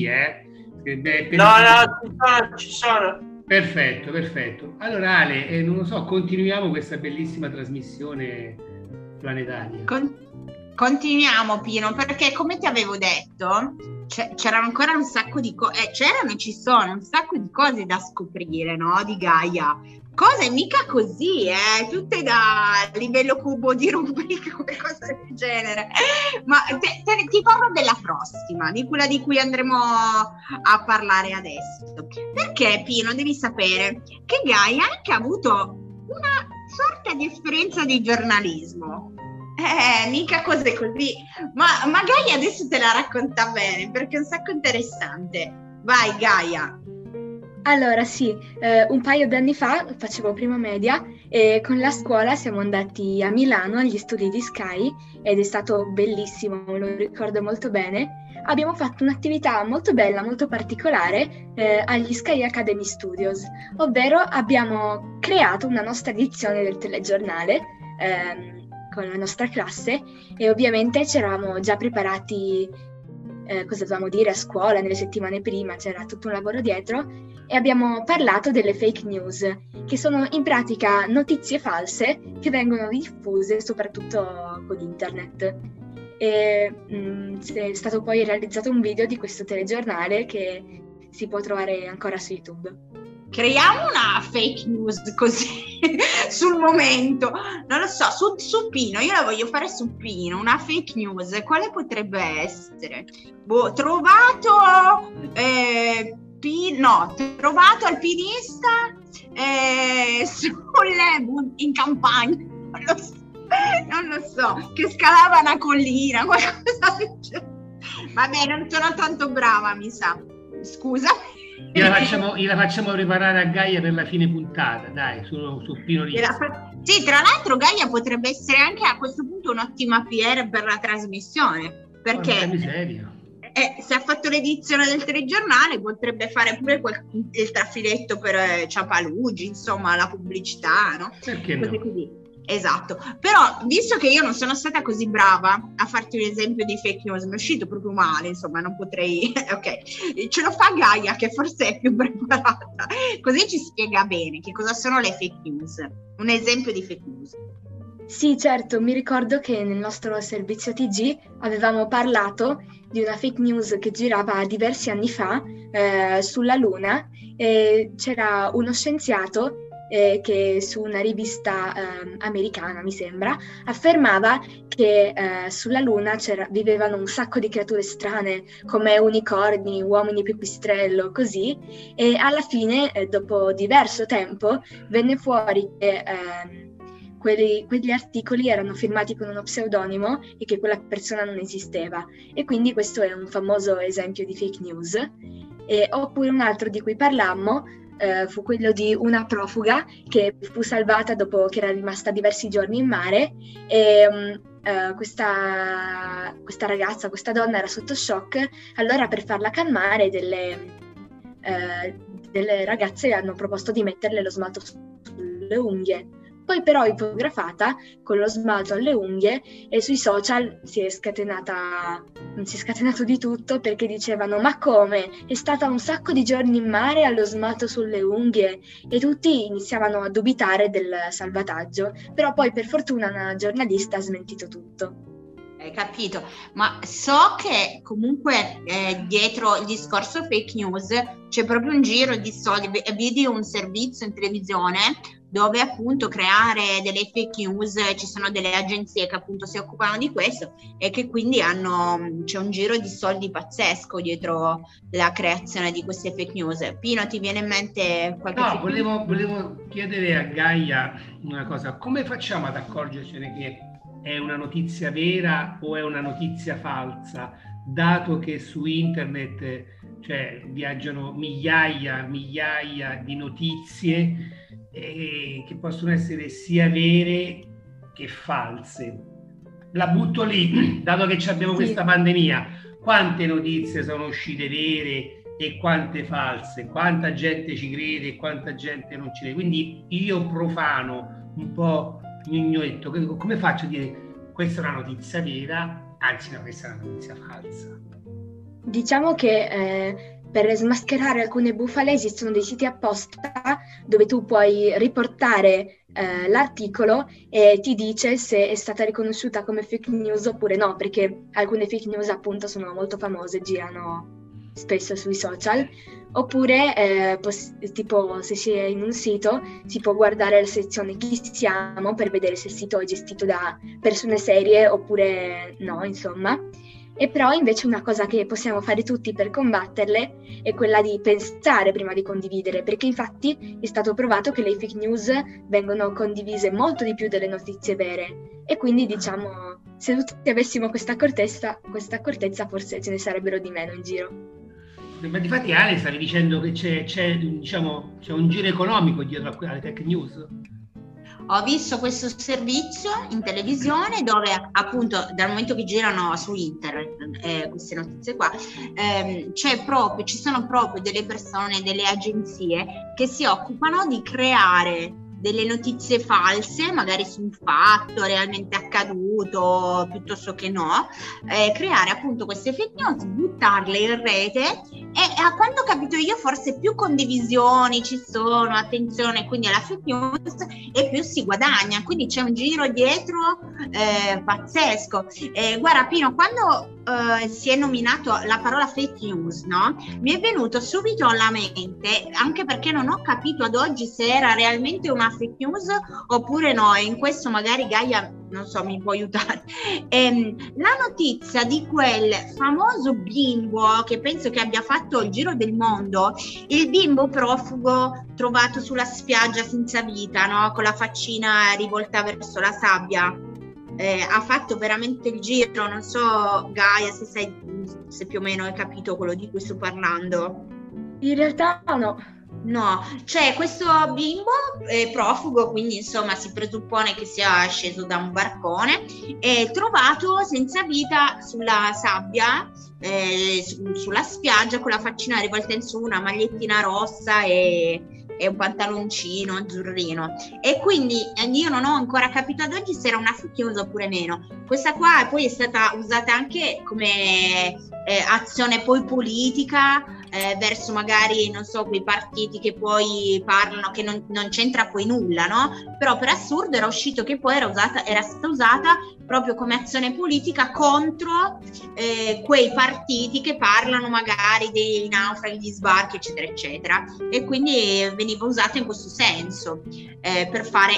[SPEAKER 5] Ci sono.
[SPEAKER 2] Perfetto. Allora Ale, non lo so, continuiamo questa bellissima trasmissione planetaria.
[SPEAKER 3] Continuiamo Pino, perché come ti avevo detto c'erano ancora un sacco di cose, c'erano e ci sono un sacco di cose da scoprire, no? Di Gaia, cose mica così, tutte da livello cubo di Rubik, cose del genere, ma ti parlo della prossima, di quella di cui andremo a parlare adesso, perché Pino devi sapere che Gaia ha anche avuto una sorta di esperienza di giornalismo. Mica cose così, ma Gaia adesso te la racconta bene perché è un sacco interessante. Vai Gaia.
[SPEAKER 4] Allora sì, un paio di anni fa facevo prima media e con la scuola siamo andati a Milano agli studi di Sky ed è stato bellissimo, me lo ricordo molto bene. Abbiamo fatto un'attività molto bella, molto particolare agli Sky Academy Studios, ovvero abbiamo creato una nostra edizione del telegiornale con la nostra classe e ovviamente ci eravamo già preparati cosa dovevamo dire a scuola nelle settimane prima, c'era tutto un lavoro dietro e abbiamo parlato delle fake news, che sono in pratica notizie false che vengono diffuse soprattutto con internet. E è stato poi realizzato un video di questo telegiornale che si può trovare ancora su YouTube.
[SPEAKER 3] Creiamo una fake news così sul momento, non lo so, su Pino, io la voglio fare su Pino, una fake news, quale potrebbe essere? Trovato trovato alpinista in campagna, non lo so, che scalava una collina, qualcosa del genere. Vabbè, non sono tanto brava, mi sa. Scusa.
[SPEAKER 2] Gliela facciamo preparare a Gaia per la fine puntata, dai, su Pino Ricci.
[SPEAKER 3] Sì, tra l'altro Gaia potrebbe essere anche a questo punto un'ottima PR per la trasmissione, perché se ha fatto l'edizione del telegiornale potrebbe fare pure il trafiletto per Ciapalugi, insomma, la pubblicità, no?
[SPEAKER 2] Perché
[SPEAKER 3] così,
[SPEAKER 2] no?
[SPEAKER 3] così. Esatto, però visto che io non sono stata così brava a farti un esempio di fake news, mi è uscito proprio male, insomma, non potrei. Ok, ce lo fa Gaia, che forse è più preparata, così ci spiega bene che cosa sono le fake news, un esempio di fake news.
[SPEAKER 4] Sì, certo, mi ricordo che nel nostro servizio TG avevamo parlato di una fake news che girava diversi anni fa sulla Luna, e c'era uno scienziato che su una rivista americana, mi sembra, affermava che sulla Luna vivevano un sacco di creature strane come unicorni, uomini pipistrello, così, e alla fine, dopo diverso tempo, venne fuori che quegli articoli erano firmati con uno pseudonimo e che quella persona non esisteva, e quindi questo è un famoso esempio di fake news. Oppure un altro di cui parlammo fu quello di una profuga che fu salvata dopo che era rimasta diversi giorni in mare, e questa ragazza, questa donna era sotto shock. Allora, per farla calmare, delle ragazze hanno proposto di metterle lo smalto sulle unghie. Poi però, ipografata con lo smalto alle unghie, e sui social si è scatenato di tutto, perché dicevano: ma come? È stata un sacco di giorni in mare allo smalto sulle unghie? E tutti iniziavano a dubitare del salvataggio, però poi per fortuna una giornalista ha smentito tutto.
[SPEAKER 3] Capito, ma so che comunque dietro il discorso fake news c'è proprio un giro di soldi. Vedi un servizio in televisione dove appunto creare delle fake news, ci sono delle agenzie che appunto si occupano di questo e che quindi c'è un giro di soldi pazzesco dietro la creazione di queste fake news. Pino, ti viene in mente qualche?
[SPEAKER 2] No, volevo chiedere a Gaia una cosa: come facciamo ad accorgercene che è una notizia vera o è una notizia falsa, dato che su internet viaggiano migliaia di notizie che possono essere sia vere che false? La butto lì, dato che abbiamo questa pandemia: quante notizie sono uscite vere e quante false? Quanta gente ci crede e quanta gente non ci crede? Quindi io, profano, un po' gnognetto, come faccio a dire questa è una notizia vera, anzi no, questa è una notizia falsa?
[SPEAKER 4] Diciamo che per smascherare alcune bufale esistono dei siti apposta dove tu puoi riportare l'articolo e ti dice se è stata riconosciuta come fake news oppure no, perché alcune fake news appunto sono molto famose, girano spesso sui social. Oppure tipo, se si è in un sito, si può guardare la sezione chi siamo per vedere se il sito è gestito da persone serie oppure no, insomma. E però invece una cosa che possiamo fare tutti per combatterle è quella di pensare prima di condividere, perché infatti è stato provato che le fake news vengono condivise molto di più delle notizie vere, e quindi diciamo, se tutti avessimo questa accortezza forse ce ne sarebbero di meno in giro.
[SPEAKER 2] Ma difatti, Ale, stavi dicendo che c'è un giro economico dietro alle fake news?
[SPEAKER 3] Ho visto questo servizio in televisione dove appunto, dal momento che girano su internet queste notizie qua, ci sono proprio delle persone, delle agenzie che si occupano di creare delle notizie false, magari su un fatto realmente accaduto piuttosto che no, creare appunto queste fake news, buttarle in rete, e a quanto ho capito io forse più condivisioni ci sono, attenzione quindi alla fake news, e più si guadagna, quindi c'è un giro dietro pazzesco. Guarda Pino, quando si è nominato la parola fake news, no? Mi è venuto subito alla mente, anche perché non ho capito ad oggi se era realmente una fake news oppure no, e in questo magari Gaia, non so, mi può aiutare. La notizia di quel famoso bimbo che penso che abbia fatto fatto il giro del mondo, il bimbo profugo trovato sulla spiaggia senza vita, no? Con la faccina rivolta verso la sabbia. Ha fatto veramente il giro, non so Gaia se più o meno hai capito quello di cui sto parlando.
[SPEAKER 4] In realtà no.
[SPEAKER 3] No, cioè questo bimbo è profugo, quindi insomma si presuppone che sia sceso da un barcone e trovato senza vita sulla sabbia, sulla spiaggia, con la faccina rivolta in su, una magliettina rossa e un pantaloncino azzurrino. E quindi io non ho ancora capito ad oggi se era una fake news oppure meno. Questa qua poi è stata usata anche come azione poi politica verso magari, non so, quei partiti che poi parlano, che non c'entra poi nulla, no? Però per assurdo era uscito che poi era stata usata proprio come azione politica contro quei partiti che parlano magari dei naufraghi, gli sbarchi, eccetera, eccetera. E quindi veniva usata in questo senso, per fare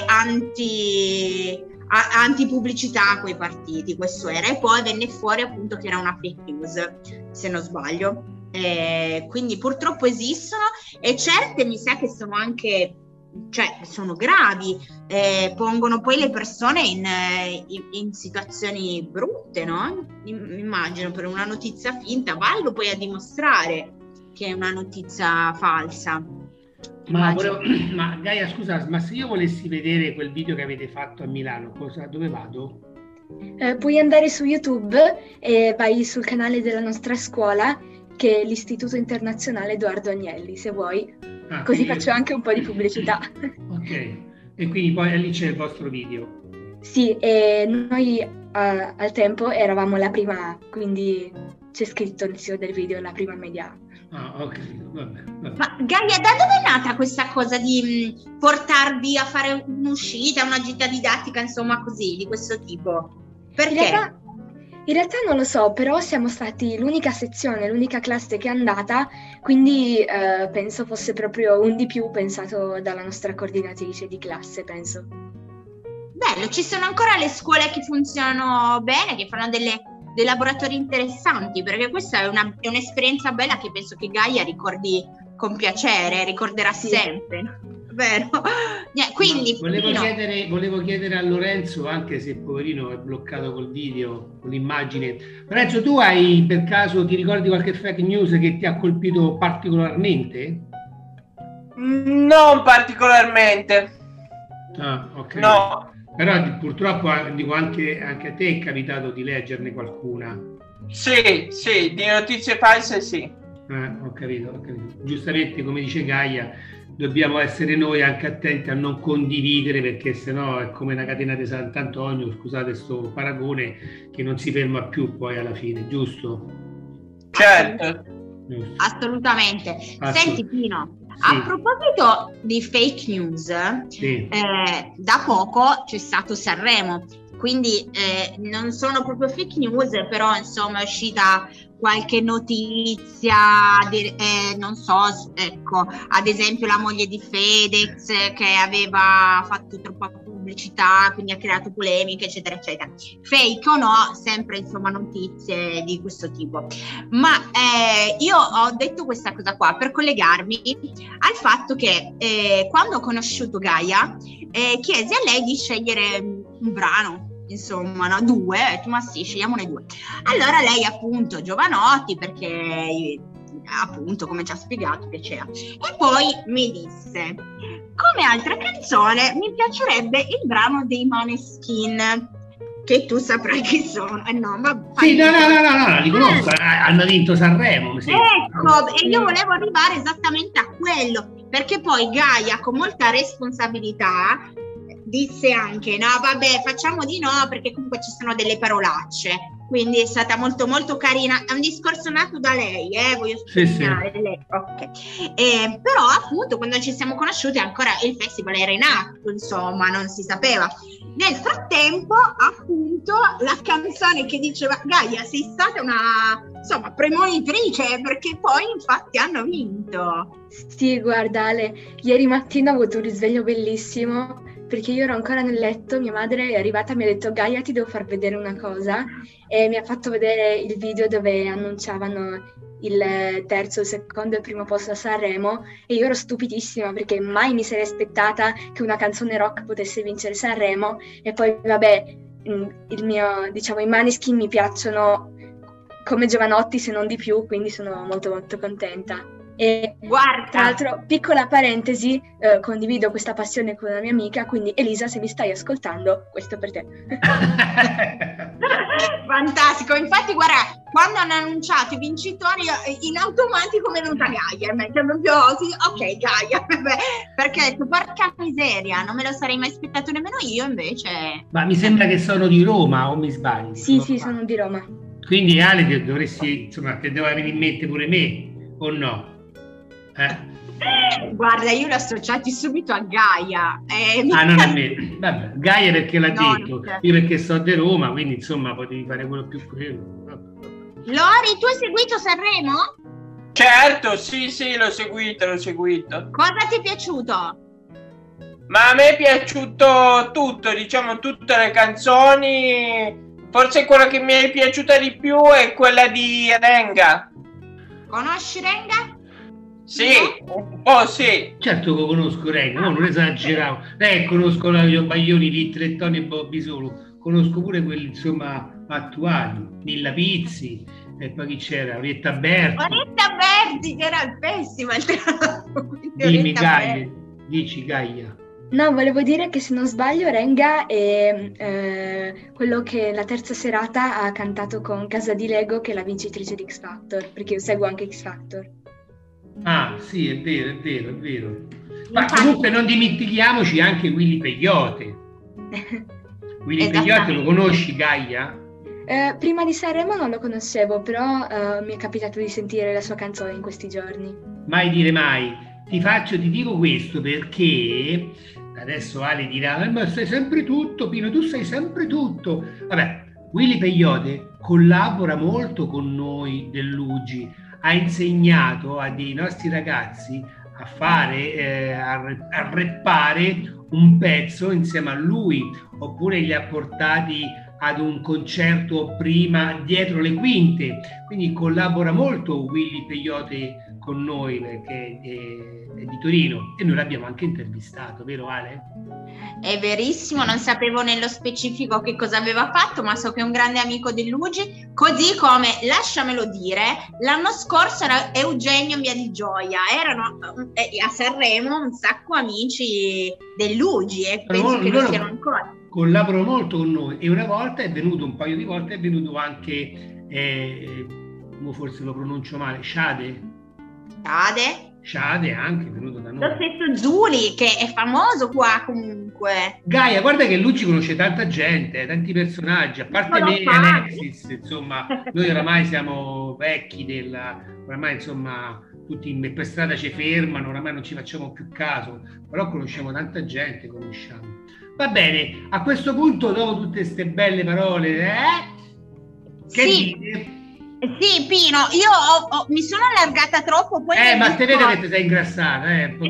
[SPEAKER 3] anti-pubblicità a quei partiti, questo era. E poi venne fuori appunto che era una fake news, se non sbaglio. Quindi purtroppo esistono, e certe mi sa che sono anche, cioè sono gravi, pongono poi le persone in situazioni brutte, no? Immagino, per una notizia finta, valgo poi a dimostrare che è una notizia falsa.
[SPEAKER 2] Ma Gaia, scusa, ma se io volessi vedere quel video che avete fatto a Milano, dove vado?
[SPEAKER 4] Puoi andare su YouTube e vai sul canale della nostra scuola, che è l'Istituto Internazionale Edoardo Agnelli, se vuoi, così faccio anche un po' di pubblicità.
[SPEAKER 2] Ok, e quindi poi lì c'è il vostro video?
[SPEAKER 4] Sì, e noi al tempo eravamo la prima, quindi c'è scritto nel sito del video la prima media.
[SPEAKER 2] Ah, ok, vabbè.
[SPEAKER 3] Ma Gaia, da dove è nata questa cosa di portarvi a fare un'uscita, una gita didattica, insomma così, di questo tipo? Perché?
[SPEAKER 4] In realtà non lo so, però siamo stati l'unica sezione, l'unica classe che è andata, quindi penso fosse proprio un di più pensato dalla nostra coordinatrice di classe, penso.
[SPEAKER 3] Bello, ci sono ancora le scuole che funzionano bene, che fanno dei laboratori interessanti, perché questa è un'esperienza bella che penso che Gaia ricordi con piacere, ricorderà sempre. Vero? Quindi
[SPEAKER 2] volevo chiedere a Lorenzo, anche se poverino è bloccato col video, con l'immagine. Lorenzo, tu hai per caso, ti ricordi qualche fake news che ti ha colpito particolarmente?
[SPEAKER 5] Non particolarmente.
[SPEAKER 2] Ah, ok.
[SPEAKER 5] No.
[SPEAKER 2] Però purtroppo dico, anche a te è capitato di leggerne qualcuna.
[SPEAKER 5] Sì, di notizie false sì.
[SPEAKER 2] Ho capito. Giustamente, come dice Gaia, dobbiamo essere noi anche attenti a non condividere, perché sennò è come una catena di Sant'Antonio, scusate sto paragone, che non si ferma più poi alla fine, giusto?
[SPEAKER 5] Certo.
[SPEAKER 2] Giusto.
[SPEAKER 3] Assolutamente. Senti Pino, sì. A proposito di fake news, sì. Da poco c'è stato Sanremo, quindi non sono proprio fake news, però insomma è uscita qualche notizia, non so, ecco, ad esempio la moglie di Fedez che aveva fatto troppa pubblicità, quindi ha creato polemiche, eccetera, eccetera. Fake o no, sempre insomma notizie di questo tipo. Ma io ho detto questa cosa qua per collegarmi al fatto che quando ho conosciuto Gaia, chiesi a lei di scegliere un brano. Insomma, no, 2, ma sì, scegliamone 2. Allora lei appunto Giovanotti, perché appunto come ci ha spiegato piaceva, e poi mi disse come altra canzone mi piacerebbe il brano dei Maneskin, che tu saprai chi sono. No,
[SPEAKER 2] sì, no, li conosco, hanno vinto Sanremo, sì.
[SPEAKER 3] Ecco, e io volevo arrivare esattamente a quello, perché poi Gaia con molta responsabilità disse anche no vabbè facciamo di no, perché comunque ci sono delle parolacce, quindi è stata molto molto carina. È un discorso nato da lei, voglio sottolineare. Sì. Lei. Okay. Però appunto quando ci siamo conosciuti ancora il festival era in atto, insomma non si sapeva. Nel frattempo appunto la canzone che diceva Gaia sei stata una insomma premonitrice, perché poi infatti hanno vinto.
[SPEAKER 4] Sì, guarda Ale, ieri mattina ho avuto un risveglio bellissimo, perché io ero ancora nel letto, mia madre è arrivata e mi ha detto Gaia ti devo far vedere una cosa, e mi ha fatto vedere il video dove annunciavano il terzo, il secondo e il primo posto a Sanremo, e io ero stupidissima perché mai mi sarei aspettata che una canzone rock potesse vincere Sanremo. E poi vabbè, i Maneskin mi piacciono come Giovanotti, se non di più, quindi sono molto molto contenta. E
[SPEAKER 3] guarda,
[SPEAKER 4] tra l'altro, piccola parentesi, condivido questa passione con una mia amica, quindi Elisa, se mi stai ascoltando, questo è per te.
[SPEAKER 3] Fantastico, infatti guarda, quando hanno annunciato i vincitori in automatico è venuta Gaia, proprio ok Gaia, perché porca miseria, non me lo sarei mai aspettato nemmeno io, invece.
[SPEAKER 2] Ma mi sembra che sono di Roma, o mi sbaglio?
[SPEAKER 4] Sì, sono di Roma.
[SPEAKER 2] Quindi Ale, dovresti, insomma, te doveva venire in mente pure me, o no?
[SPEAKER 3] Guarda, io l'ho associati subito a Gaia.
[SPEAKER 2] Non a me. Vabbè, Gaia perché l'ha
[SPEAKER 3] No,
[SPEAKER 2] detto, io perché sono di Roma, quindi insomma potevi fare quello più quello.
[SPEAKER 3] Lori, tu hai seguito Sanremo?
[SPEAKER 5] Certo, sì, l'ho seguito.
[SPEAKER 3] Cosa ti è piaciuto?
[SPEAKER 5] Ma a me è piaciuto tutto, diciamo, tutte le canzoni. Forse quella che mi è piaciuta di più è quella di Renga.
[SPEAKER 3] Conosci Renga?
[SPEAKER 5] Sì, un po' sì.
[SPEAKER 2] Certo che conosco Renga, non esageravo. Conosco Io Baglioni, Little e Bobby Solo, conosco pure quelli insomma attuali, Nilla Pizzi, e poi chi c'era? Orietta Berti,
[SPEAKER 3] che era il festival.
[SPEAKER 2] Dimmi Gaia, dici Gaia.
[SPEAKER 4] No, volevo dire che se non sbaglio Renga è quello che la terza serata ha cantato con Casa di Lego, che è la vincitrice di X Factor, perché io seguo anche X Factor.
[SPEAKER 2] Ah, sì, è vero. Ma comunque non dimentichiamoci anche Willy Peyote. Willy Peyote lo conosci, Gaia?
[SPEAKER 4] Prima di Sanremo non lo conoscevo, però mi è capitato di sentire la sua canzone in questi giorni.
[SPEAKER 2] Mai dire mai. Ti dico questo perché adesso Ale dirà: ma sai sempre tutto, Pino, tu sai sempre tutto. Vabbè, Willy Peyote collabora molto con noi dell'UGI, ha insegnato a dei nostri ragazzi a fare, a rappare un pezzo insieme a lui, oppure li ha portati ad un concerto prima dietro le quinte, quindi collabora molto Willy Peyote con noi perché è di Torino e noi l'abbiamo anche intervistato, vero Ale?
[SPEAKER 3] È verissimo, non sapevo nello specifico che cosa aveva fatto, ma so che è un grande amico dell'UGI, così come, lasciamelo dire, l'anno scorso era Eugenio Mia di Gioia, erano a Sanremo un sacco amici dell'UGI e penso che lo siano ancora.
[SPEAKER 2] Collaborano molto con noi e un paio di volte è venuto anche, forse lo pronuncio male, Shade anche è venuto da noi.
[SPEAKER 3] Lo stesso Zuli, che è famoso qua comunque.
[SPEAKER 2] Gaia, guarda che lui ci conosce tanta gente, tanti personaggi, a parte me e Alexis, insomma, noi oramai siamo vecchi oramai insomma tutti per strada ci fermano, oramai non ci facciamo più caso, però conosciamo tanta gente, Va bene, a questo punto, dopo tutte queste belle parole, che dite?
[SPEAKER 3] Sì, Pino, io mi sono allargata troppo. Poi
[SPEAKER 2] ma te vedo che ti sei ingrassata.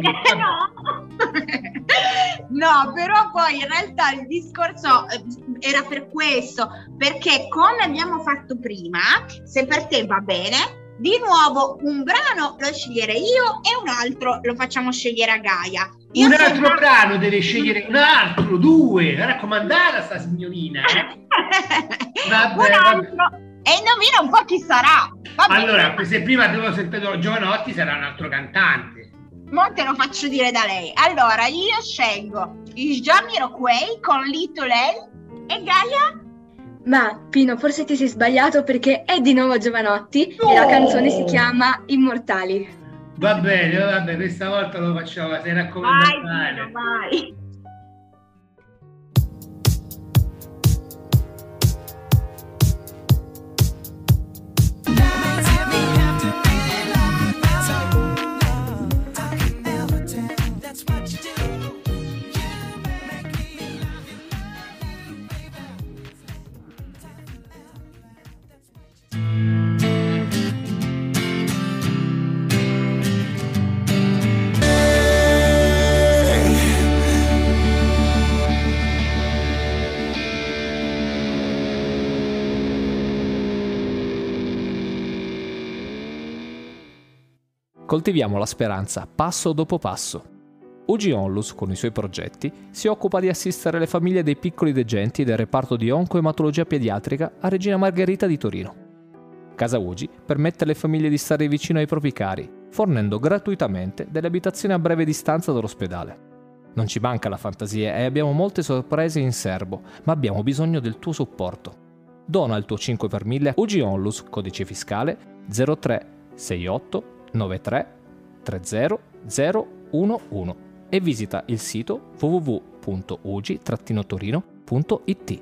[SPEAKER 3] No, però poi in realtà il discorso era per questo, perché come abbiamo fatto prima, se per te va bene, di nuovo un brano lo scegliere io e un altro lo facciamo scegliere a Gaia.
[SPEAKER 2] Un altro brano deve scegliere un altro, due, raccomandata sta signorina.
[SPEAKER 3] Vabbè. E indovina un po' chi sarà.
[SPEAKER 2] Allora, se prima avevo sentito Giovanotti, sarà un altro cantante.
[SPEAKER 3] Mo te lo faccio dire da lei. Allora, io scelgo il Jamiroquai con Little L e Gaia?
[SPEAKER 4] Ma Pino, forse ti sei sbagliato perché è di nuovo Giovanotti e la canzone si chiama Immortali.
[SPEAKER 2] Va bene, questa volta lo facciamo, sei raccomandato.
[SPEAKER 3] Vai, Pino, vai.
[SPEAKER 10] Coltiviamo la speranza passo dopo passo. UG Onlus, con i suoi progetti, si occupa di assistere le famiglie dei piccoli degenti del reparto di oncoematologia pediatrica a Regina Margherita di Torino. Casa UG permette alle famiglie di stare vicino ai propri cari, fornendo gratuitamente delle abitazioni a breve distanza dall'ospedale. Non ci manca la fantasia e abbiamo molte sorprese in serbo, ma abbiamo bisogno del tuo supporto. Dona il tuo 5 per 1000 a UG Onlus, codice fiscale 0368 93 30 011 e visita il sito www.ugi-torino.it.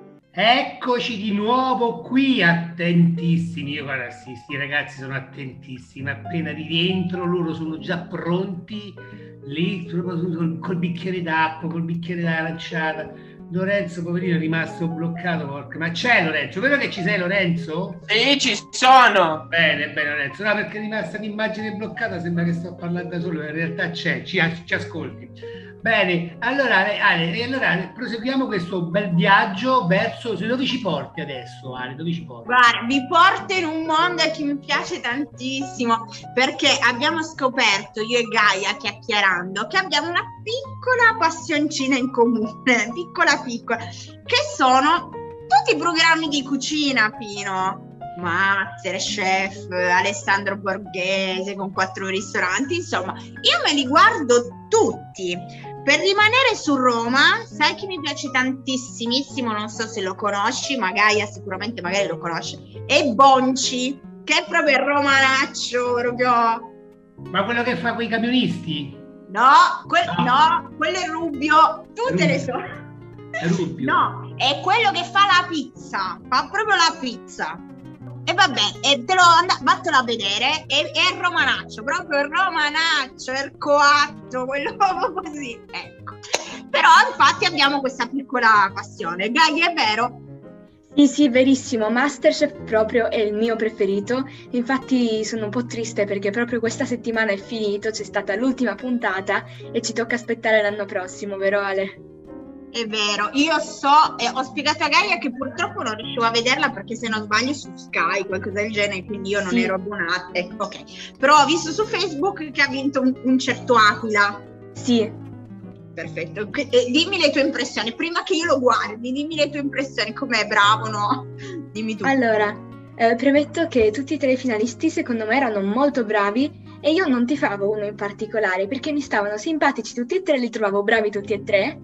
[SPEAKER 2] Eccoci di nuovo qui, attentissimi. Io guarda, sì, ragazzi sono attentissimi. Appena di rientro loro sono già pronti lì col bicchiere d'acqua, col bicchiere d'aranciata. Lorenzo, poverino, è rimasto bloccato. Porca. Ma c'è Lorenzo? Vero che ci sei, Lorenzo?
[SPEAKER 5] Sì, ci sono.
[SPEAKER 2] Bene, Lorenzo. No, perché è rimasta l'immagine bloccata, sembra che sto parlando da solo, in realtà c'è, ci ascolti. Bene, allora proseguiamo questo bel viaggio verso... Dove ci porti adesso, Ale? Dove ci porti?
[SPEAKER 3] Guarda, vi porto in un mondo che mi piace tantissimo, perché abbiamo scoperto, io e Gaia, chiacchierando, che abbiamo una piccola passioncina in comune, piccola, che sono tutti i programmi di cucina, Pino. MasterChef, Alessandro Borghese con 4 ristoranti, insomma, io me li guardo tutti. Per rimanere su Roma, sai che mi piace tantissimissimo, non so se lo conosci, magari sicuramente magari lo conosci, è Bonci, che è proprio il romanaccio, proprio...
[SPEAKER 2] Ma quello che fa quei camionisti?
[SPEAKER 3] No, quello è Rubio, tutte le so.
[SPEAKER 2] È Rubio?
[SPEAKER 3] No, è quello che fa la pizza, fa proprio la pizza. E vabbè, vattelo a vedere, è il romanaccio, proprio il romanaccio, è il coatto, quello proprio così, ecco. Però infatti abbiamo questa piccola passione. Gaia, è vero?
[SPEAKER 4] Sì, verissimo, MasterChef proprio è il mio preferito, infatti sono un po' triste perché proprio questa settimana è finito, c'è stata l'ultima puntata e ci tocca aspettare l'anno prossimo, vero Ale?
[SPEAKER 3] È vero, io ho spiegato a Gaia che purtroppo non riuscivo a vederla perché se non sbaglio su Sky, qualcosa del genere, quindi io non ero abbonata, ok. Però ho visto su Facebook che ha vinto un certo Aquila.
[SPEAKER 4] Sì.
[SPEAKER 3] Perfetto, dimmi le tue impressioni, prima che io lo guardi, dimmi le tue impressioni, com'è, bravo, no? Dimmi tu.
[SPEAKER 4] Allora, premetto che tutti e 3 i finalisti secondo me erano molto bravi e io non tifavo uno in particolare perché mi stavano simpatici tutti e 3, li trovavo bravi tutti e 3.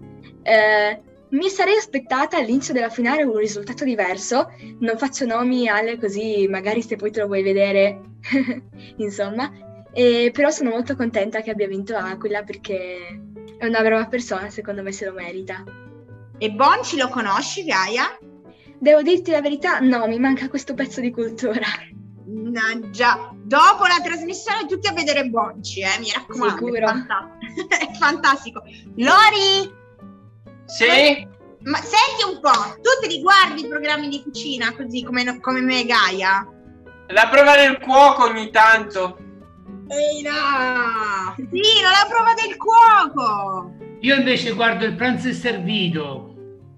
[SPEAKER 4] Mi sarei aspettata all'inizio della finale un risultato diverso, non faccio nomi, Ale, così magari se poi te lo vuoi vedere, insomma, però sono molto contenta che abbia vinto Aquila perché è una brava persona, secondo me se lo merita.
[SPEAKER 3] E Bonci lo conosci, Gaia?
[SPEAKER 4] Devo dirti la verità, no, mi manca questo pezzo di cultura.
[SPEAKER 3] Già, dopo la trasmissione tutti a vedere Bonci, mi raccomando.
[SPEAKER 4] Sicuro.
[SPEAKER 3] È fantastico. Lori!
[SPEAKER 5] Sì?
[SPEAKER 3] Ma senti un po', tu te li guardi i programmi di cucina così come me e Gaia?
[SPEAKER 5] La prova del cuoco ogni tanto.
[SPEAKER 3] Ehi no! Sì, la prova del cuoco!
[SPEAKER 2] Io invece guardo Il pranzo è servito.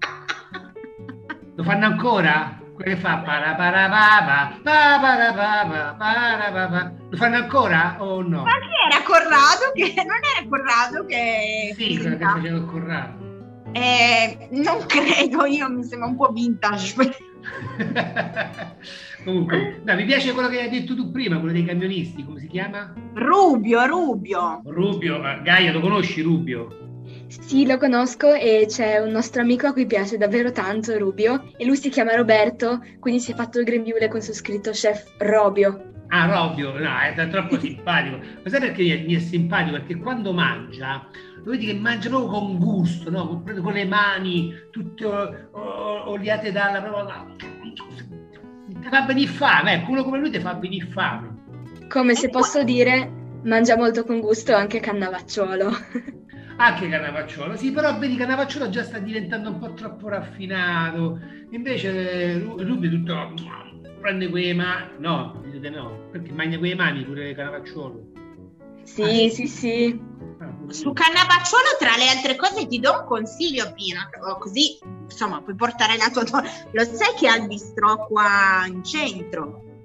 [SPEAKER 2] Lo fanno ancora? Quello che fa lo fanno ancora o no?
[SPEAKER 3] Ma chi era Corrado? Non era Corrado che...
[SPEAKER 2] Sì, quello che faceva Corrado.
[SPEAKER 3] Non credo, io mi sembra un po' vintage.
[SPEAKER 2] Comunque, no, mi piace quello che hai detto tu prima, quello dei camionisti, come si chiama?
[SPEAKER 3] Rubio.
[SPEAKER 2] Gaia, lo conosci Rubio?
[SPEAKER 4] Sì, lo conosco e c'è un nostro amico a cui piace davvero tanto Rubio e lui si chiama Roberto, quindi si è fatto il grembiule con su scritto chef Robio.
[SPEAKER 2] Ah, Robio, no, è troppo simpatico. Ma sai perché mi è simpatico? Perché quando mangia, lo vedi che mangia proprio con gusto, no? Con le mani tutte oliate dalla proprio... Ti fa venire fame, uno come lui ti fa venire fame.
[SPEAKER 4] Come se posso dire, mangia molto con gusto anche Cannavacciuolo.
[SPEAKER 2] Anche Cannavacciuolo, sì, però vedi Cannavacciuolo già sta diventando un po' troppo raffinato, invece Rubio tutto prende quelle mani, no, perché mangia quelle mani pure Cannavacciuolo.
[SPEAKER 4] Sì.
[SPEAKER 3] Su Cannavacciuolo, tra le altre cose, ti do un consiglio, Pino, così insomma puoi portare la tua... Lo sai che ha il bistrò qua in centro?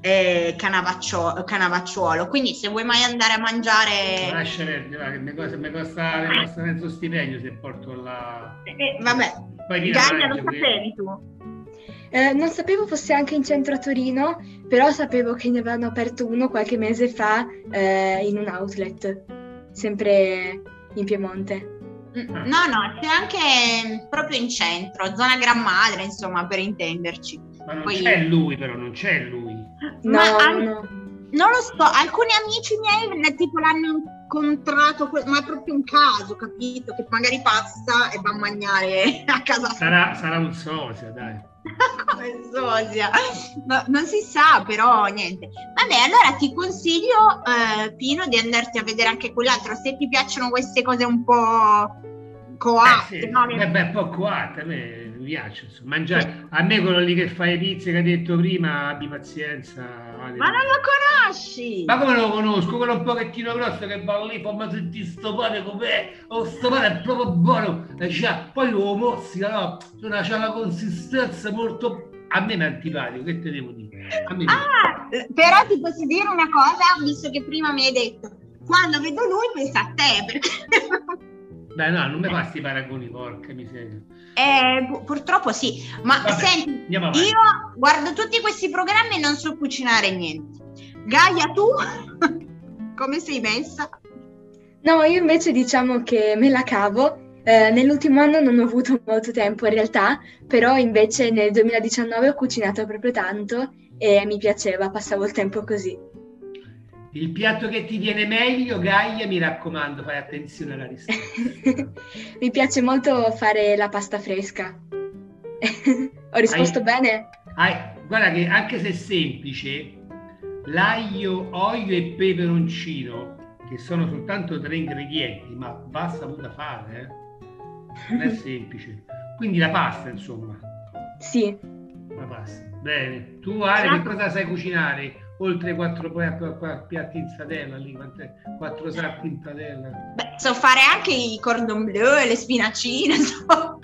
[SPEAKER 3] Canavacciuolo, quindi se vuoi mai andare a mangiare...
[SPEAKER 2] Lascia perdere, che mi costa mezzo stipendio se porto la...
[SPEAKER 3] vabbè, Gaia, lo sapevi tu?
[SPEAKER 4] Non sapevo fosse anche in centro a Torino, però sapevo che ne avevano aperto uno qualche mese fa in un outlet, sempre in Piemonte.
[SPEAKER 3] No, c'è anche proprio in centro, zona Gran Madre, insomma, per intenderci.
[SPEAKER 2] Ma non c'è lui, però, non c'è lui.
[SPEAKER 4] No.
[SPEAKER 3] Non lo so, alcuni amici miei tipo l'hanno incontrato, ma è proprio un caso, capito? Che magari passa e va a mangiare a casa.
[SPEAKER 2] Sarà un sosia, dai.
[SPEAKER 3] Come sosia? No, non si sa, però niente. Vabbè, allora ti consiglio, Pino, di andarti a vedere anche quell'altro, se ti piacciono queste cose un po' coatte.
[SPEAKER 2] Sì.
[SPEAKER 3] No?
[SPEAKER 2] Un po' coatte, a me mi piace, insomma, mangiare. A me quello lì che fa le pizze che hai detto prima, abbi pazienza.
[SPEAKER 3] Ma non lo conosci?
[SPEAKER 2] Ma come lo conosco? Quello un pochettino grosso che va lì, fammi sentire sto pane com'è. Oh, sto pane è proprio buono. Poi lo mozzica, no? C'ha la consistenza molto... A me mi è antipatico, che te devo dire?
[SPEAKER 3] Però ti posso dire una cosa, visto che prima mi hai detto, quando vedo lui penso a te, perché...
[SPEAKER 2] Beh, no, non mi fa sti paragoni, porca miseria.
[SPEAKER 3] Purtroppo sì, ma
[SPEAKER 2] vabbè,
[SPEAKER 3] senti,
[SPEAKER 2] io
[SPEAKER 3] guardo tutti questi programmi e non so cucinare niente. Gaia, tu come sei messa?
[SPEAKER 4] No, io invece diciamo che me la cavo. Nell'ultimo anno non ho avuto molto tempo in realtà, però invece nel 2019 ho cucinato proprio tanto e mi piaceva, passavo il tempo così.
[SPEAKER 2] Il piatto che ti viene meglio, Gaia, mi raccomando, fai attenzione alla risposta.
[SPEAKER 4] Mi piace molto fare la pasta fresca. Ho risposto bene?
[SPEAKER 2] Guarda che anche se è semplice, l'aglio, olio e peperoncino, che sono soltanto 3 ingredienti, ma va saputa fare, non è semplice. Quindi la pasta, insomma.
[SPEAKER 4] Sì.
[SPEAKER 2] La pasta. Bene. Tu, Ale, che cosa sai cucinare? Oltre 4 piatti in padella, lì, 4 sacchi in padella.
[SPEAKER 3] Beh, so fare anche i cordon bleu e le spinacine, so.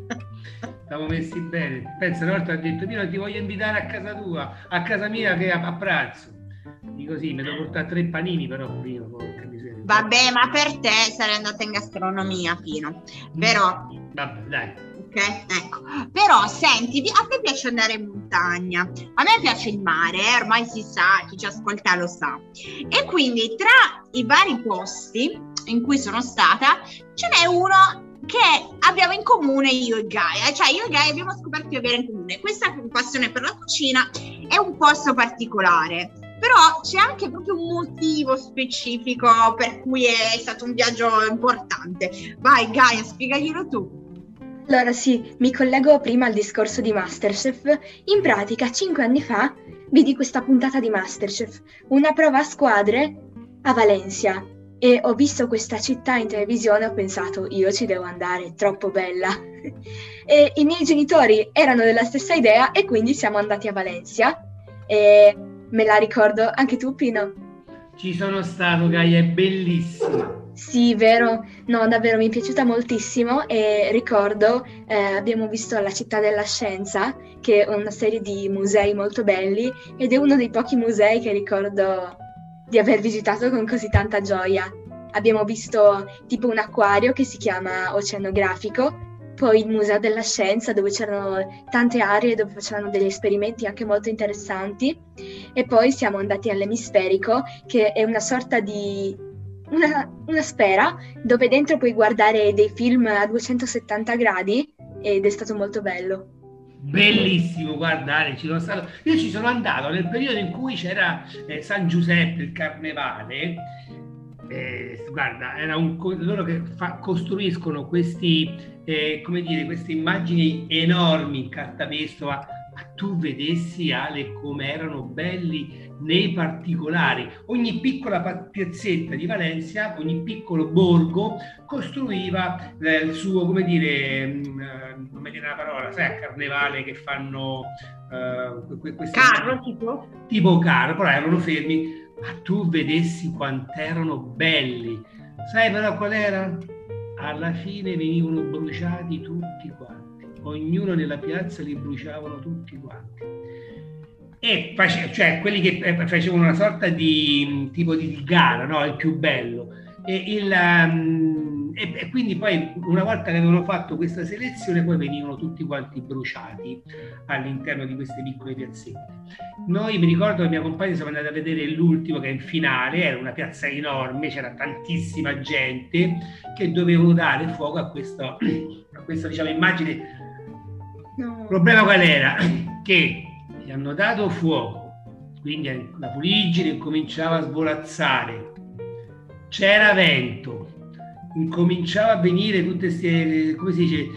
[SPEAKER 2] Siamo messi bene. Pensa, una volta ho detto, Pino, ti voglio invitare a casa tua, a casa mia che a pranzo. Dico sì, mi devo portare 3 panini, però prima, porca miseria.
[SPEAKER 3] Vabbè, ma per te sarei andata in gastronomia, Pino. Però...
[SPEAKER 2] Vabbè, dai.
[SPEAKER 3] Ok, ecco. Però senti, a te piace andare in montagna, a me piace il mare, ormai si sa, chi ci ascolta lo sa. E quindi tra i vari posti in cui sono stata, ce n'è uno che abbiamo in comune io e Gaia, cioè io e Gaia abbiamo scoperto di avere in comune questa passione per la cucina e un posto particolare. Però c'è anche proprio un motivo specifico per cui è stato un viaggio importante. Vai Gaia, spiegaglielo tu.
[SPEAKER 4] Allora sì, mi collego prima al discorso di Masterchef. In pratica 5 anni fa vidi questa puntata di Masterchef, una prova a squadre a Valencia, e ho visto questa città in televisione e ho pensato io ci devo andare, è troppo bella. E i miei genitori erano della stessa idea e quindi siamo andati a Valencia e me la ricordo. Anche tu, Pino?
[SPEAKER 2] Ci sono stato, Gaia, è bellissima.
[SPEAKER 4] Sì, vero? No, davvero mi è piaciuta moltissimo e ricordo, abbiamo visto la Città della Scienza, che è una serie di musei molto belli ed è uno dei pochi musei che ricordo di aver visitato con così tanta gioia. Abbiamo visto tipo un acquario che si chiama Oceanografico, poi il Museo della Scienza dove c'erano tante aree dove facevano degli esperimenti anche molto interessanti, e poi siamo andati all'Emisferico, che è una sorta di una sfera dove dentro puoi guardare dei film a 270 gradi ed è stato molto bello.
[SPEAKER 2] Bellissimo, guardare, io ci sono andato nel periodo in cui c'era San Giuseppe, il carnevale. Guarda, era loro che costruiscono questi, come dire, queste immagini enormi in cartapesto, ma tu vedessi, Ale, come erano belli nei particolari. Ogni piccola piazzetta di Valencia, ogni piccolo borgo costruiva il suo, come dire, non mi viene la parola, sai, a carnevale che fanno
[SPEAKER 3] carro,
[SPEAKER 2] tipo carro, però erano fermi, ma tu vedessi quant'erano belli. Sai però qual era? Alla fine venivano bruciati tutti quanti, ognuno nella piazza li bruciavano tutti quanti. e cioè quelli che facevano una sorta di tipo di gara, no? Il più bello. E quindi poi una volta che avevano fatto questa selezione poi venivano tutti quanti bruciati all'interno di queste piccole piazzette. Noi, mi ricordo che mia compagna siamo andati a vedere l'ultimo, che è in finale, era una piazza enorme, c'era tantissima gente che dovevano dare fuoco a questa diciamo immagine. No. Il problema qual era? Che gli hanno dato fuoco, quindi la fuliggine cominciava a svolazzare, c'era vento, incominciava a venire tutte queste, come si dice,